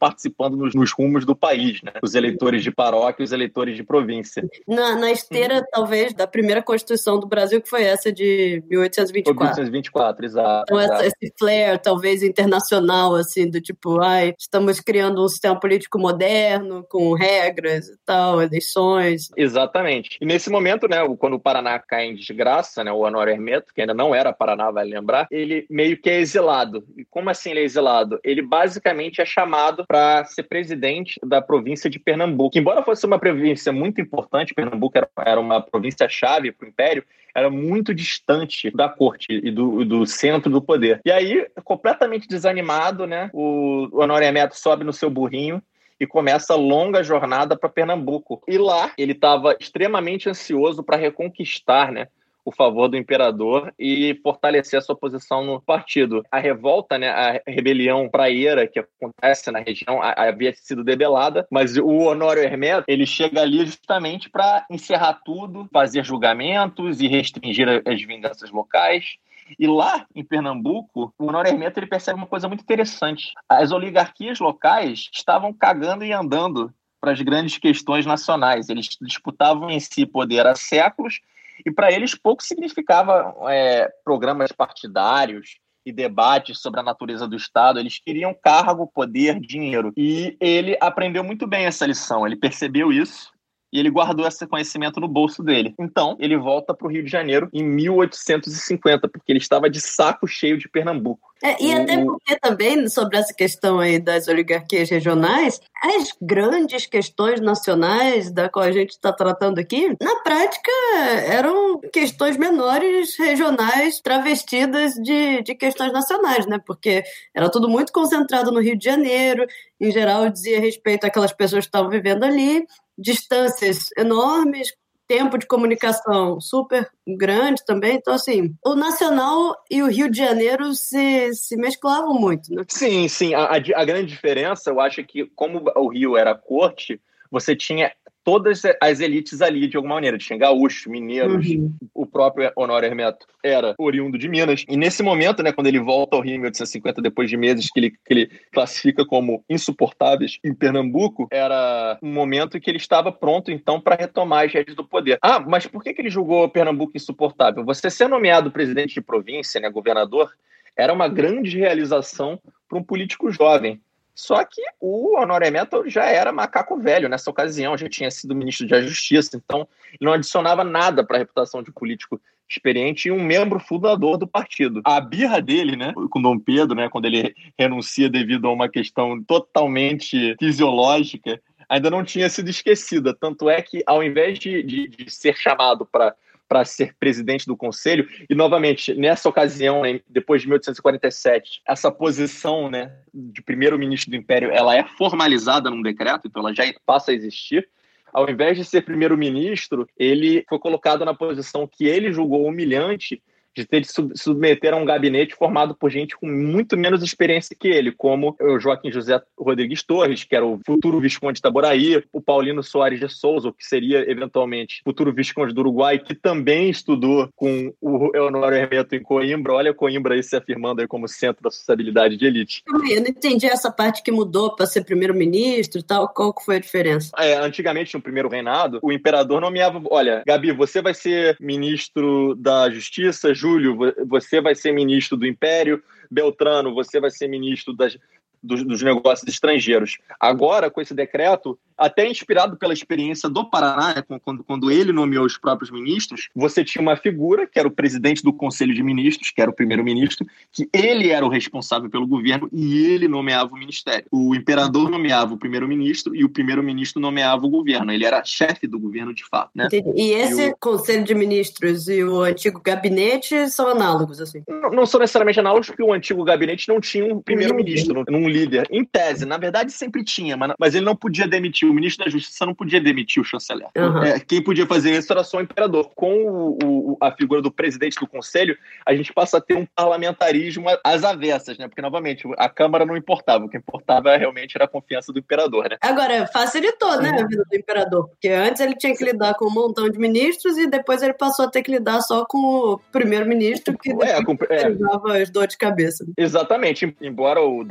participando nos, nos rumos do país, né? Os eleitores de paróquia e os eleitores de província. Na, na esteira, hum. talvez, da primeira Constituição do Brasil, que foi essa de mil oitocentos e vinte e quatro. mil oitocentos e vinte e quatro, exato. Então, exato. Essa, esse flare, talvez, internacional, assim, do tipo, ai, estamos criando um sistema político moderno, com regras e tal, eleições. Exatamente. E nesse momento, né, quando o Paraná cai em desgraça, né, o Honório Hermeto, que ainda não era Paraná, vai lembrar, ele meio que é exilado. E como assim ele é exilado? Ele basicamente é chamado para ser presidente da província de Pernambuco. Embora fosse uma província muito importante, Pernambuco era, era uma província-chave para o Império, era muito distante da corte e do, do centro do poder. E aí, completamente desanimado, né, o Honório Hermeto sobe no seu burrinho e começa a longa jornada para Pernambuco. E lá, ele estava extremamente ansioso para reconquistar, né, o favor do imperador e fortalecer a sua posição no partido. A revolta, né, a rebelião praieira que acontece na região havia sido debelada, mas o Honório Hermeto, ele chega ali justamente para encerrar tudo, fazer julgamentos e restringir as vinganças locais. E lá, em Pernambuco, o Honório Hermeto ele percebe uma coisa muito interessante. As oligarquias locais estavam cagando e andando para as grandes questões nacionais. Eles disputavam em si poder há séculos e para eles pouco significava é, programas partidários e debates sobre a natureza do Estado. Eles queriam cargo, poder, dinheiro. E ele aprendeu muito bem essa lição. Ele percebeu isso e ele guardou esse conhecimento no bolso dele. Então, ele volta para o Rio de Janeiro em mil oitocentos e cinquenta, porque ele estava de saco cheio de Pernambuco. É, e até porque também, sobre essa questão aí das oligarquias regionais, as grandes questões nacionais da qual a gente está tratando aqui, na prática, eram questões menores regionais travestidas de, de questões nacionais, né? Porque era tudo muito concentrado no Rio de Janeiro, em geral dizia respeito àquelas pessoas que estavam vivendo ali, distâncias enormes, tempo de comunicação super grande também. Então, assim, o Nacional e o Rio de Janeiro se, se mesclavam muito, né? Sim, sim. A, a grande diferença, eu acho que como o Rio era corte, você tinha todas as elites ali, de alguma maneira. Tinha gaúchos, mineiros, uhum. O próprio Honório Hermeto era oriundo de Minas. E nesse momento, né, quando ele volta ao Rio em mil oitocentos e cinquenta, depois de meses que ele, que ele classifica como insuportáveis em Pernambuco, era um momento em que ele estava pronto, então, para retomar as redes do poder. Ah, mas por que, que ele julgou Pernambuco insuportável? Você ser nomeado presidente de província, né, governador, era uma grande realização para um político jovem. Só que o Honório Hermeto já era macaco velho nessa ocasião, já tinha sido ministro da Justiça, então ele não adicionava nada para a reputação de político experiente e um membro fundador do partido. A birra dele, né, com Dom Pedro, né, quando ele renuncia devido a uma questão totalmente fisiológica, ainda não tinha sido esquecida. Tanto é que, ao invés de, de, de ser chamado para para ser presidente do Conselho, e novamente, nessa ocasião, né, depois de mil oitocentos e quarenta e sete, essa posição, né, de primeiro-ministro do Império, ela é formalizada num decreto, então ela já passa a existir. Ao invés de ser primeiro-ministro, ele foi colocado na posição que ele julgou humilhante de ter de submeter a um gabinete formado por gente com muito menos experiência que ele, como o Joaquim José Rodrigues Torres, que era o futuro Visconde de Itaboraí, o Paulino Soares de Souza, que seria, eventualmente, futuro Visconde do Uruguai, que também estudou com o Honório Hermeto em Coimbra. Olha Coimbra aí se afirmando aí como centro da sociabilidade de elite. Eu não entendi essa parte que mudou para ser primeiro-ministro e tal. Qual que foi a diferença? É, antigamente, no primeiro reinado, o imperador nomeava... Olha, Gabi, você vai ser ministro da Justiça, Júlio, você vai ser ministro do Império, Beltrano, você vai ser ministro das, dos, dos negócios estrangeiros. Agora, com esse decreto, até inspirado pela experiência do Paraná, né, quando, quando ele nomeou os próprios ministros, você tinha uma figura, que era o presidente do Conselho de Ministros, que era o primeiro-ministro, que ele era o responsável pelo governo e ele nomeava o ministério. O imperador nomeava o primeiro-ministro e o primeiro-ministro nomeava o governo. Ele era chefe do governo de fato, né? Entendi. E esse e o... Conselho de Ministros e o antigo gabinete são análogos, assim? Não, não são necessariamente análogos, porque o antigo gabinete não tinha um primeiro-ministro, um líder. Em tese, na verdade, sempre tinha, mas ele não podia demitir. O ministro da Justiça não podia demitir o chanceler. Uhum. É, quem podia fazer isso era só o imperador. Com o, o, a figura do presidente do conselho, a gente passa a ter um parlamentarismo às avessas, né? Porque, novamente, a Câmara não importava. O que importava realmente era a confiança do imperador, né? Agora, facilitou, né, a vida do imperador. Porque antes ele tinha que lidar com um montão de ministros e depois ele passou a ter que lidar só com o primeiro-ministro, que é, com, é. as dores de cabeça. Exatamente. Embora o Dom Pedro segundo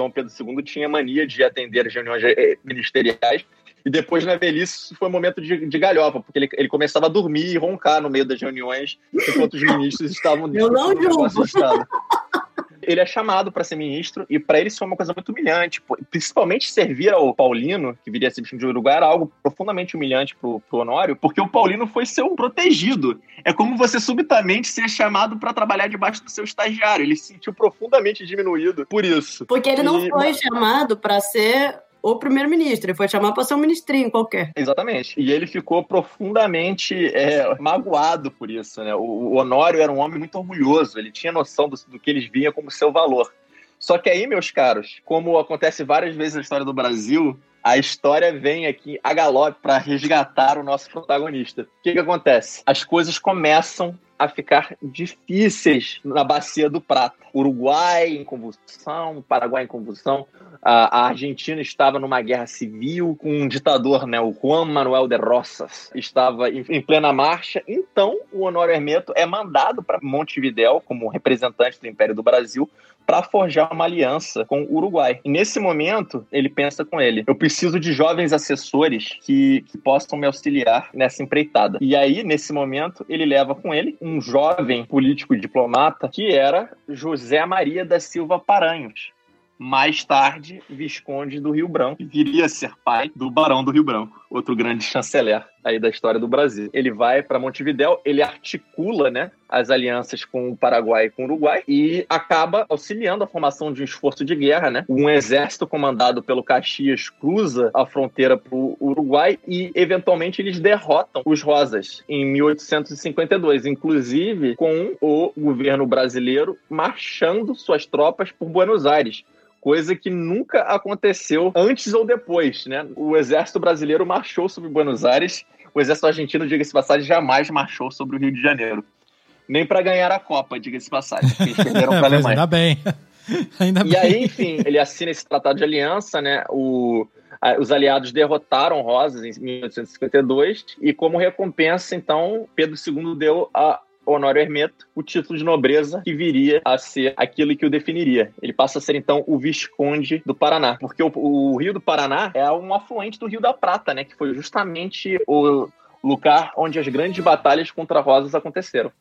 segundo tinha mania de atender as reuniões ministeriais. E depois, na velhice, isso foi um momento de, de galhofa, porque ele, ele começava a dormir e roncar no meio das reuniões, enquanto os ministros estavam discutindo o negócio do Estado. Ele é chamado para ser ministro, e para ele isso é uma coisa muito humilhante. Principalmente servir ao Paulino, que viria a ser bicho de Uruguai, era algo profundamente humilhante pro, pro Honório, porque o Paulino foi seu protegido. É como você subitamente ser chamado para trabalhar debaixo do seu estagiário. Ele se sentiu profundamente diminuído por isso. Porque ele não e... foi chamado para ser o primeiro-ministro, ele foi chamado para ser um ministrinho qualquer. Exatamente. E ele ficou profundamente é, magoado por isso, né? O, o Honório era um homem muito orgulhoso, ele tinha noção do, do que eles vinham como seu valor. Só que aí, meus caros, como acontece várias vezes na história do Brasil, a história vem aqui a galope para resgatar o nosso protagonista. O que que acontece? As coisas começam a ficar difíceis na Bacia do Prata. Uruguai em convulsão, Paraguai em convulsão, a Argentina estava numa guerra civil com um ditador, né, o Juan Manuel de Rosas, estava em plena marcha. Então, o Honório Hermeto é mandado para Montevidéu como representante do Império do Brasil para forjar uma aliança com o Uruguai. E nesse momento, ele pensa com ele, eu preciso de jovens assessores que, que possam me auxiliar nessa empreitada. E aí, nesse momento, ele leva com ele um jovem político e diplomata que era José Maria da Silva Paranhos, mais tarde Visconde do Rio Branco, que viria a ser pai do Barão do Rio Branco, outro grande chanceler aí da história do Brasil. Ele vai para Montevidéu, ele articula, né, as alianças com o Paraguai e com o Uruguai e acaba auxiliando a formação de um esforço de guerra, né? Um exército comandado pelo Caxias cruza a fronteira para o Uruguai e, eventualmente, eles derrotam os Rosas em mil oitocentos e cinquenta e dois, inclusive com o governo brasileiro marchando suas tropas por Buenos Aires, coisa que nunca aconteceu antes ou depois, né? O exército brasileiro marchou sobre Buenos Aires, o exército argentino, diga-se de passagem, jamais marchou sobre o Rio de Janeiro. Nem para ganhar a Copa, diga-se de passagem, porque eles perderam para a Alemanha. Ainda bem. Ainda e bem. aí, enfim, ele assina esse tratado de aliança, né? O, a, os aliados derrotaram Rosas em mil oitocentos e cinquenta e dois e, como recompensa, então, Pedro segundo deu a Honório Hermeto o título de nobreza que viria a ser aquilo que o definiria. Ele passa a ser, então, o Visconde do Paraná, porque o, o Rio do Paraná é um afluente do Rio da Prata, né? Que foi justamente o lugar onde as grandes batalhas contra Rosas aconteceram.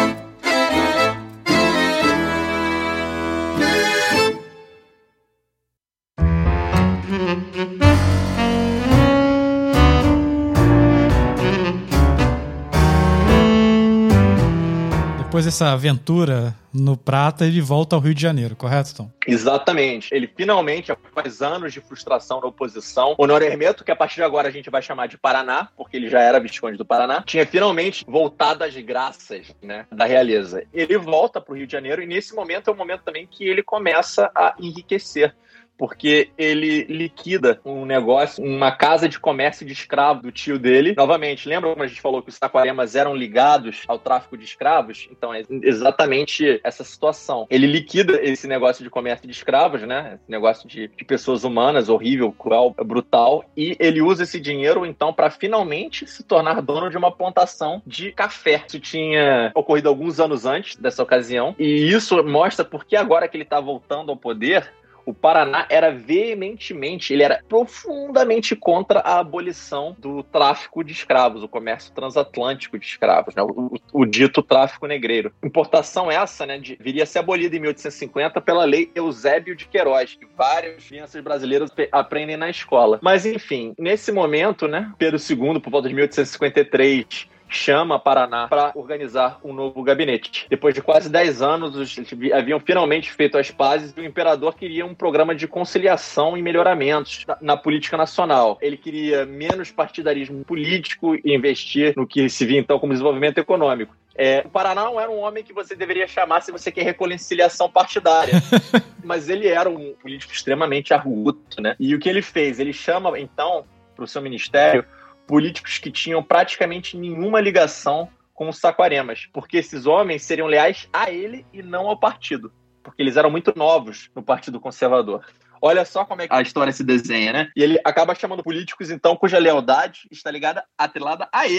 Depois dessa aventura no Prata, ele volta ao Rio de Janeiro, correto, Tom? Exatamente. Ele finalmente, após anos de frustração da oposição, Honório Hermeto, que a partir de agora a gente vai chamar de Paraná, porque ele já era Visconde do Paraná, tinha finalmente voltado às graças, né, da realeza. Ele volta para o Rio de Janeiro e nesse momento é o momento também que ele começa a enriquecer, porque ele liquida um negócio, uma casa de comércio de escravo do tio dele. Novamente, lembra como a gente falou que os saquaremas eram ligados ao tráfico de escravos? Então, é exatamente essa situação. Ele liquida esse negócio de comércio de escravos, né? Esse negócio de, de pessoas humanas, horrível, cruel, brutal, e ele usa esse dinheiro, então, para finalmente se tornar dono de uma plantação de café. Isso tinha ocorrido alguns anos antes dessa ocasião, e isso mostra porque agora que ele está voltando ao poder, o Paraná era veementemente, ele era profundamente contra a abolição do tráfico de escravos, o comércio transatlântico de escravos, né? o, o, o dito tráfico negreiro. Importação essa, né, de, viria a ser abolida em mil oitocentos e cinquenta pela lei Eusébio de Queiroz, que várias crianças brasileiras aprendem na escola. Mas, enfim, nesse momento, né, Pedro segundo, por volta de mil oitocentos e cinquenta e três, chama Paraná para organizar um novo gabinete. Depois de quase dez anos, os, eles haviam finalmente feito as pazes e o imperador queria um programa de conciliação e melhoramentos na, na política nacional. Ele queria menos partidarismo político e investir no que se via então como desenvolvimento econômico. É, o Paraná não era um homem que você deveria chamar se você quer reconciliação partidária, mas ele era um político extremamente arruto, né? E o que ele fez? Ele chama, então, para o seu ministério, políticos que tinham praticamente nenhuma ligação com os saquaremas, porque esses homens seriam leais a ele e não ao partido, porque eles eram muito novos no Partido Conservador. Olha só como é que a história se desenha, né? E ele acaba chamando políticos, então, cuja lealdade está ligada, atrelada a ele,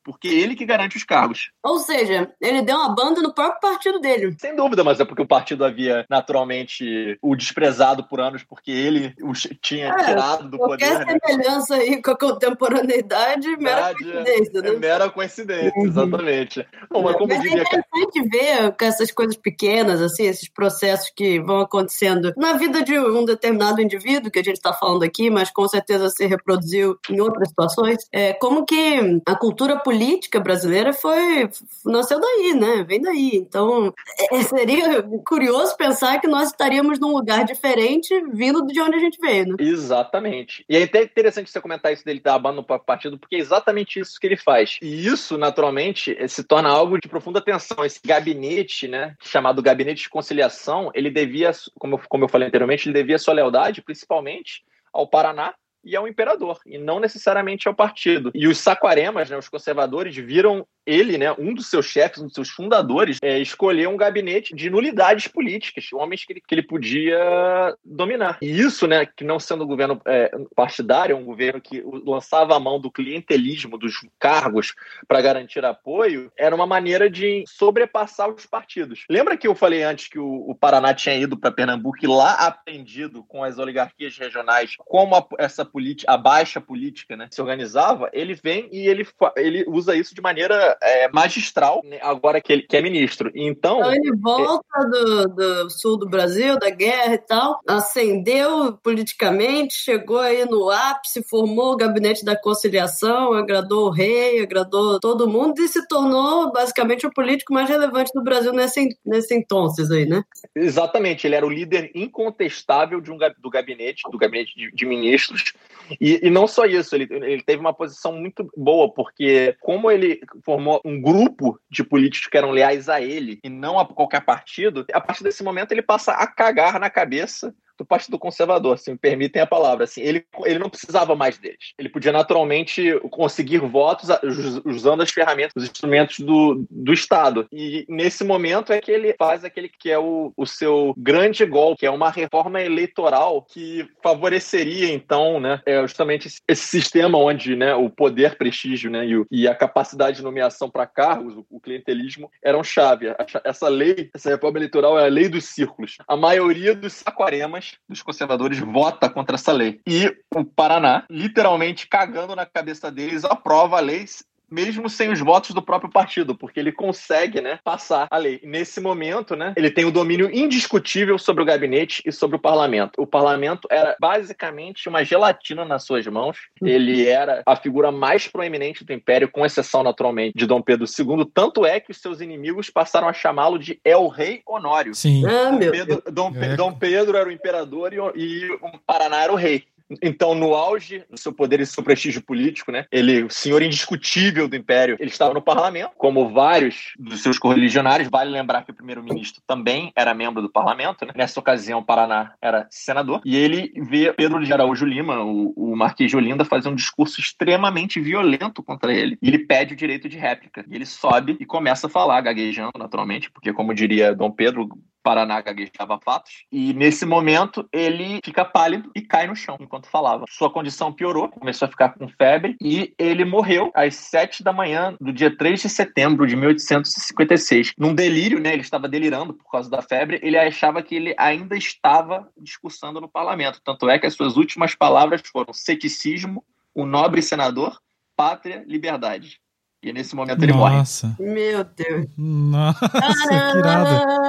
porque é ele que garante os cargos. Ou seja, ele deu uma banda no próprio partido dele. Sem dúvida, mas é porque o partido havia naturalmente o desprezado por anos, porque ele o tinha é, tirado do qualquer poder. Qualquer semelhança né? aí com a contemporaneidade, mera coincidência, né? É mera coincidência, uhum. exatamente. Bom, mas como mas diria... é interessante ver com essas coisas pequenas, assim, esses processos que vão acontecendo na vida de um determinado indivíduo, que a gente está falando aqui, mas com certeza se reproduziu em outras situações, é, como que a cultura política brasileira foi, nasceu daí, né? Vem daí. Então, é, seria curioso pensar que nós estaríamos num lugar diferente vindo de onde a gente veio, né? Exatamente. E é até interessante você comentar isso dele dar a banda no próprio partido, porque é exatamente isso que ele faz. E isso, naturalmente, se torna algo de profunda atenção. Esse gabinete, né, chamado Gabinete de Conciliação, ele devia, como eu, como eu falei anteriormente, ele devia sua lealdade, principalmente, ao Paraná e ao imperador, e não necessariamente ao partido. E os saquaremas, né, os conservadores, viram ele, né, um dos seus chefes, um dos seus fundadores, é, escolher um gabinete de nulidades políticas, homens que ele, que ele podia dominar. E isso, né, que não sendo um governo é, partidário, um governo que lançava a mão do clientelismo, dos cargos, para garantir apoio, era uma maneira de sobrepassar os partidos. Lembra que eu falei antes que o, o Paraná tinha ido para Pernambuco e lá aprendido com as oligarquias regionais como a, essa política, a baixa política, né, se organizava? Ele vem e ele, ele usa isso de maneira É, magistral, né, agora que ele que é ministro. Então, então ele volta é... do, do sul do Brasil, da guerra e tal, ascendeu politicamente, chegou aí no ápice, formou o Gabinete da Conciliação, agradou o rei, agradou todo mundo e se tornou basicamente o político mais relevante do Brasil nesse, nesse entonces aí, né? Exatamente, ele era o líder incontestável de um, do gabinete, do gabinete de, de ministros, e, e não só isso, ele, ele teve uma posição muito boa, porque como ele formou um grupo de políticos que eram leais a ele e não a qualquer partido, a partir desse momento ele passa a cagar na cabeça do Partido Conservador, se me permitem a palavra. Assim, ele, ele não precisava mais deles. Ele podia naturalmente conseguir votos usando as ferramentas, os instrumentos do, do Estado. E nesse momento é que ele faz aquele que é o, o seu grande golpe, que é uma reforma eleitoral que favoreceria, então, né, é justamente esse, esse sistema onde, né, o poder, prestígio, né, e, o, e a capacidade de nomeação para cargos, o, o clientelismo, eram chave. Essa lei, essa reforma eleitoral é a lei dos círculos. A maioria dos saquaremas dos conservadores vota contra essa lei. E o Paraná, literalmente cagando na cabeça deles, aprova a lei mesmo sem os votos do próprio partido, porque ele consegue, né, passar a lei. Nesse momento, né, ele tem o domínio indiscutível sobre o gabinete e sobre o parlamento. O parlamento era basicamente uma gelatina nas suas mãos. Ele era a figura mais proeminente do império, com exceção, naturalmente, de Dom Pedro segundo. Tanto é que os seus inimigos passaram a chamá-lo de El Rei Honório. Sim. Ah, Dom, meu Pedro, Dom, é. Dom Pedro era o imperador e, e o Paraná era o rei. Então, no auge do seu poder e do seu prestígio político, né, ele, o senhor indiscutível do Império, ele estava no parlamento, como vários dos seus correligionários. Vale lembrar que o primeiro-ministro também era membro do parlamento, né? Nessa ocasião, o Paraná era senador. E ele vê Pedro de Araújo Lima, o, o Marquês de Olinda, fazer um discurso extremamente violento contra ele. E ele pede o direito de réplica. E ele sobe e começa a falar, gaguejando, naturalmente, porque, como diria Dom Pedro, Paraná gaguejava fatos, e nesse momento ele fica pálido e cai no chão enquanto falava. Sua condição piorou, começou a ficar com febre e ele morreu às sete da manhã do dia três de setembro de mil oitocentos e cinquenta e seis. Num delírio, né, ele estava delirando por causa da febre, ele achava que ele ainda estava discursando no parlamento. Tanto é que as suas últimas palavras foram ceticismo, o nobre senador, pátria, liberdade. E nesse momento ele morre. Nossa. Meu Deus. Nossa, que irado.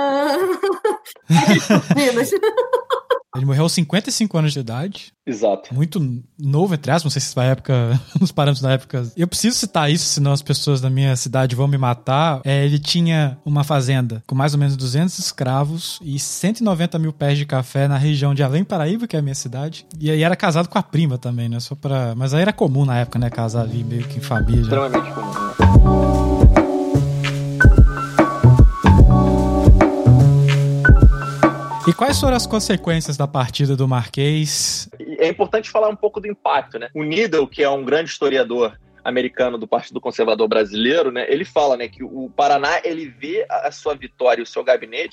Ele morreu aos cinquenta e cinco anos de idade. Exato. Muito novo, entre aspas, não sei se vai época, nos parâmetros da época. Eu preciso citar isso, senão as pessoas da minha cidade vão me matar. É, ele tinha uma fazenda com mais ou menos duzentos escravos e cento e noventa mil pés de café na região de Além Paraíba, que é a minha cidade. E aí era casado com a prima também, né? Só pra... Mas aí era comum na época, né? Casar ali meio que em família. Extremamente comum. E quais foram as consequências da partida do Marquês? É importante falar um pouco do impacto, né? O Needle, que é um grande historiador americano do Partido Conservador Brasileiro, né? Ele fala, né, que o Paraná ele vê a sua vitória e o seu gabinete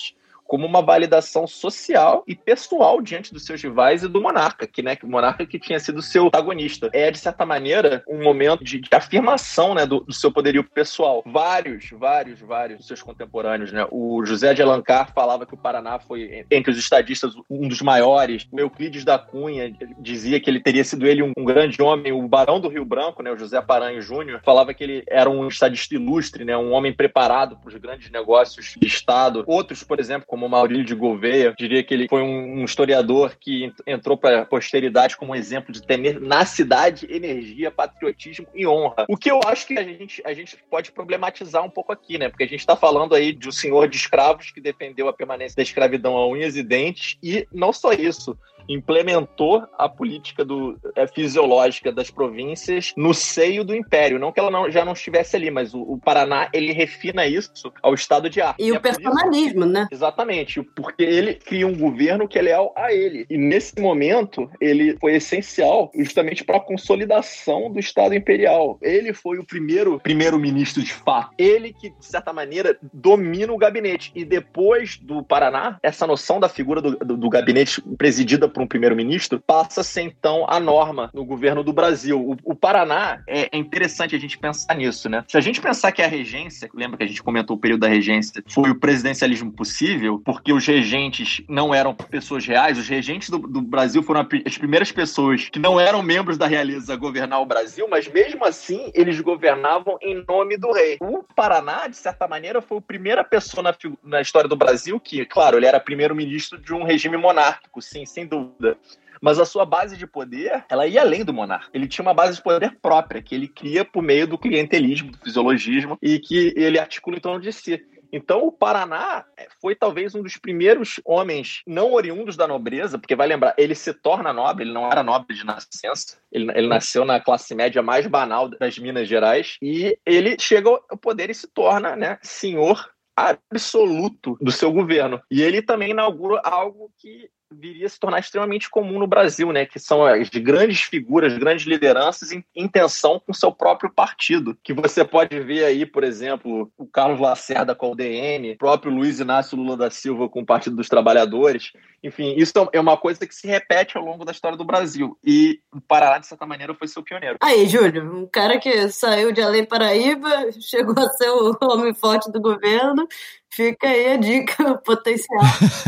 como uma validação social e pessoal diante dos seus rivais e do monarca, que, né, que o monarca que tinha sido seu protagonista. É, de certa maneira, um momento de, de afirmação, né, do, do seu poderio pessoal. Vários, vários, vários dos seus contemporâneos, né? O José de Alencar falava que o Paraná foi, entre os estadistas, um dos maiores. O Euclides da Cunha dizia que ele teria sido ele um, um grande homem. O Barão do Rio Branco, né, o José Paranhos Júnior, falava que ele era um estadista ilustre, né, um homem preparado para os grandes negócios de Estado. Outros, por exemplo, como o Maurílio de Gouveia, diria que ele foi um, um historiador que entrou para a posteridade como um exemplo de tenacidade, energia, patriotismo e honra. O que eu acho que a gente, a gente pode problematizar um pouco aqui, né? Porque a gente está falando aí de um senhor de escravos que defendeu a permanência da escravidão a unhas e dentes, e não só isso, implementou a política do, é, fisiológica das províncias no seio do Império. Não que ela não, já não estivesse ali, mas o, o Paraná, ele refina isso ao estado de arte. E, e o é personalismo, isso, né? Exatamente, porque ele cria um governo que é leal a ele. E nesse momento, ele foi essencial justamente para a consolidação do Estado Imperial. Ele foi o primeiro primeiro-ministro de fato. Ele que, de certa maneira, domina o gabinete. E depois do Paraná, essa noção da figura do, do, do gabinete presidida por um primeiro-ministro passa a ser, então, a norma no governo do Brasil. O, o Paraná, é, é interessante a gente pensar nisso, né? Se a gente pensar que a regência, lembra que a gente comentou o período da regência, foi o presidencialismo possível, porque os regentes não eram pessoas reais, os regentes do, do Brasil foram as primeiras pessoas que não eram membros da realeza a governar o Brasil, mas mesmo assim, eles governavam em nome do rei. O Paraná, de certa maneira, foi a primeira pessoa na, na história do Brasil que, claro, ele era primeiro-ministro de um regime monárquico, sim, sem dúvida. Mas a sua base de poder, ela ia além do monarca. Ele tinha uma base de poder própria, que ele cria por meio do clientelismo, do fisiologismo, e que ele articula em torno de si. Então, o Paraná foi talvez um dos primeiros homens não oriundos da nobreza, porque vai lembrar, ele se torna nobre, ele não era nobre de nascença, ele, ele nasceu na classe média mais banal das Minas Gerais, e ele chega ao poder e se torna, né, senhor absoluto do seu governo. E ele também inaugura algo que viria a se tornar extremamente comum no Brasil, né? Que são as grandes figuras, grandes lideranças em, em tensão com o seu próprio partido. Que você pode ver aí, por exemplo, o Carlos Lacerda com o U D N, o próprio Luiz Inácio Lula da Silva com o Partido dos Trabalhadores. Enfim, isso é uma coisa que se repete ao longo da história do Brasil. E o Paraná, de certa maneira, foi seu pioneiro. Aí, Júlio, um cara que saiu de Além Paraíba, chegou a ser o homem forte do governo. Fica aí a dica potencial.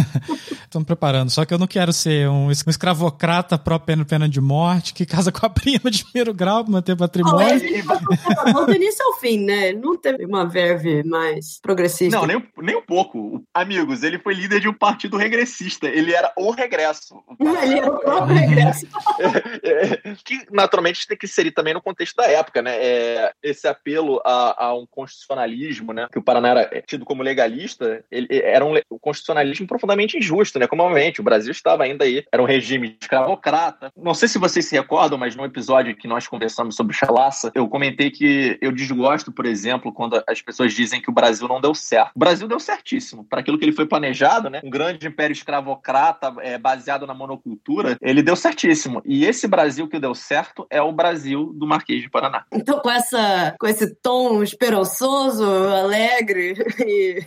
Estão preparando. Só que eu não quero ser um escravocrata pró-pena pena de morte que casa com a prima de primeiro grau para manter patrimônio. Oh, ele foi conservador do início ao fim, né? Ele não teve uma verve mais progressista. Não, nem, nem um pouco. Amigos, ele foi líder de um partido regressista. Ele era o regresso. Ele era o próprio regresso. É, é, que, naturalmente, tem que inserir também no contexto da época, né? É, esse apelo a, a um constitucionalismo, né? Que o Paraná era tido como legalista, ele era um, um constitucionalismo profundamente injusto, né? Como, obviamente, o Brasil estava ainda aí, era um regime escravocrata. Não sei se vocês se recordam, mas no episódio que nós conversamos sobre Chalaça, eu comentei que eu desgosto, por exemplo, quando as pessoas dizem que o Brasil não deu certo. O Brasil deu certíssimo. Para aquilo que ele foi planejado, né? Um grande império escravocrata é, baseado na monocultura, ele deu certíssimo. E esse Brasil que deu certo é o Brasil do Marquês de Paraná. Então, com, essa, com esse tom esperançoso, alegre e...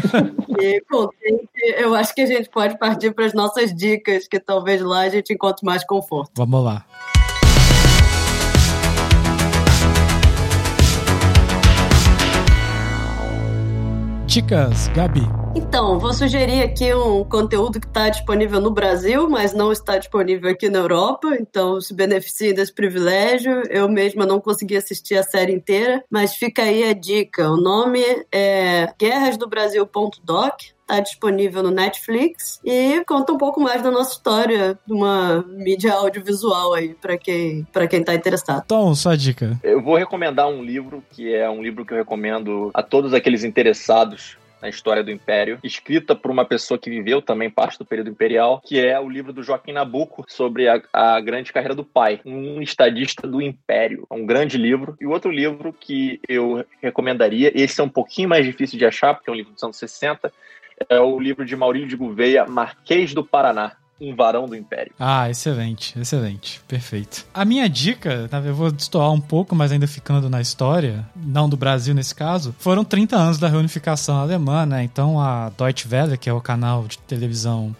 e contente, eu acho que a gente pode partir para as nossas dicas, que talvez lá a gente encontre mais conforto. Vamos lá. Dicas, Gabi. Então, vou sugerir aqui um conteúdo que está disponível no Brasil, mas não está disponível aqui na Europa, então se beneficiem desse privilégio. Eu mesma não consegui assistir a série inteira, mas fica aí a dica. O nome é guerras do brasil ponto doc. Está disponível no Netflix e conta um pouco mais da nossa história de uma mídia audiovisual aí, para quem para quem está interessado. Tom, sua dica. Eu vou recomendar um livro, que é um livro que eu recomendo a todos aqueles interessados na história do Império, escrita por uma pessoa que viveu também parte do período imperial, que é o livro do Joaquim Nabuco, sobre a, a grande carreira do pai, um estadista do Império. É um grande livro. E o outro livro que eu recomendaria, esse é um pouquinho mais difícil de achar, porque é um livro dos anos sessenta, é o livro de Maurílio de Gouveia, Marquês do Paraná. um varão do Império. Ah, excelente, excelente, perfeito. A minha dica, eu vou destoar um pouco, mas ainda ficando na história, não do Brasil nesse caso, foram trinta anos da reunificação alemã, né? Então a Deutsche Welle, que é o canal de televisão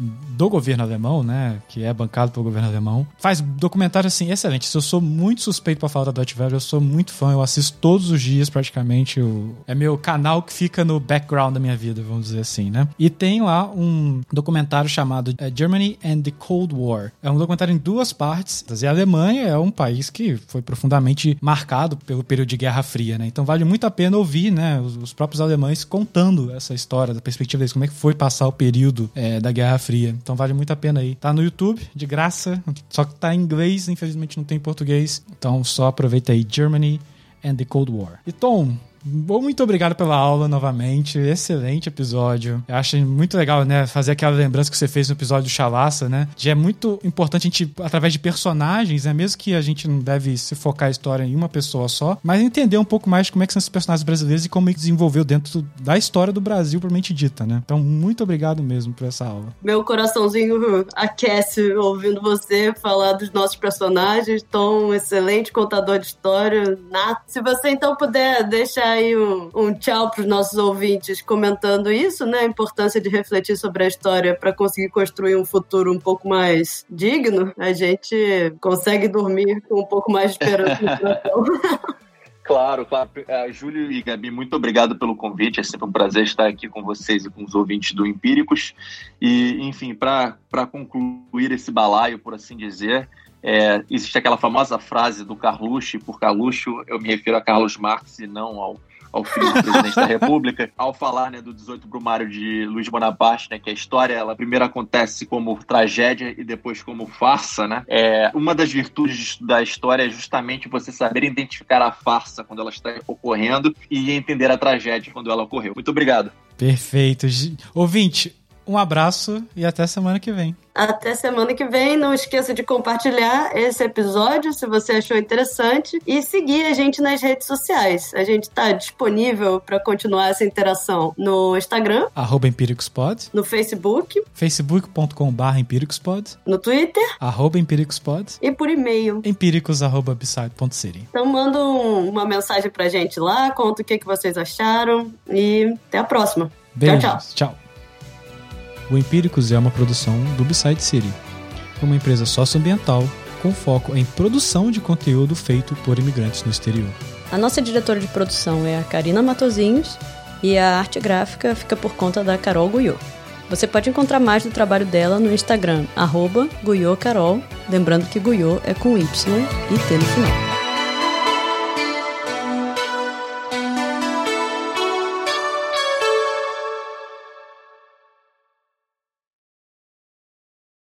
do governo alemão, né, que é bancado pelo governo alemão, faz documentários, assim, excelentes. Eu sou muito suspeito pra falar da Deutsche Welle, eu sou muito fã, eu assisto todos os dias, praticamente, o... é meu canal que fica no background da minha vida, vamos dizer assim, né. E tem lá um documentário chamado Germany and the Cold War. É um documentário em duas partes, e a Alemanha é um país que foi profundamente marcado pelo período de Guerra Fria, né, então vale muito a pena ouvir, né, os, os próprios alemães contando essa história, da perspectiva deles, como é que foi passar o período é, da Guerra Fria. Fria. Então vale muito a pena aí. Tá no YouTube, de graça, só que tá em inglês, infelizmente não tem em português. Então só aproveita aí, Germany and the Cold War. E Tom, muito obrigado pela aula novamente, excelente episódio. Eu acho muito legal, né, fazer aquela lembrança que você fez no episódio do Chalaça, né, de é muito importante a gente, através de personagens, né, mesmo que a gente não deve se focar a história em uma pessoa só, mas entender um pouco mais de como é que são esses personagens brasileiros e como ele desenvolveu dentro da história do Brasil, propriamente dita, né. Então, muito obrigado mesmo por essa aula. Meu coraçãozinho aquece ouvindo você falar dos nossos personagens, Tom, excelente contador de história, nato. Se você então puder deixar aí um, um tchau para os nossos ouvintes comentando isso, né? A importância de refletir sobre a história para conseguir construir um futuro um pouco mais digno, a gente consegue dormir com um pouco mais de esperança no coração. Claro, claro. Uh, Júlio e Gabi, muito obrigado pelo convite. É sempre um prazer estar aqui com vocês e com os ouvintes do Empíricos. E, enfim, para concluir esse balaio, por assim dizer, é, existe aquela famosa frase do Carluxo, e por Carluxo eu me refiro a Carlos Marx e não ao, ao filho do presidente da República, ao falar, né, do dezoito Brumário de Luiz Bonaparte, né, que a história ela primeiro acontece como tragédia e depois como farsa, né? É, uma das virtudes da história é justamente você saber identificar a farsa quando ela está ocorrendo e entender a tragédia quando ela ocorreu. Muito obrigado. Perfeito. Ouvinte, um abraço e até semana que vem. Até semana que vem. Não esqueça de compartilhar esse episódio se você achou interessante e seguir a gente nas redes sociais. A gente está disponível para continuar essa interação no Instagram, arroba empiricospod, no Facebook, facebook ponto com barra empiricospod, no Twitter, arroba empiricospod, e por e-mail, empíricos arroba b-side ponto city. Então manda um, uma mensagem pra gente lá, conta o que, que vocês acharam e até a próxima. Beijos. Tchau, tchau. Tchau. O Empíricos é uma produção do B-Side City, uma empresa socioambiental com foco em produção de conteúdo feito por imigrantes no exterior. A nossa diretora de produção é a Karina Matosinhos e a arte gráfica fica por conta da Carol Guyot. Você pode encontrar mais do trabalho dela no Instagram, arroba Guyot Carol, lembrando que Guyot é com Y e T no final.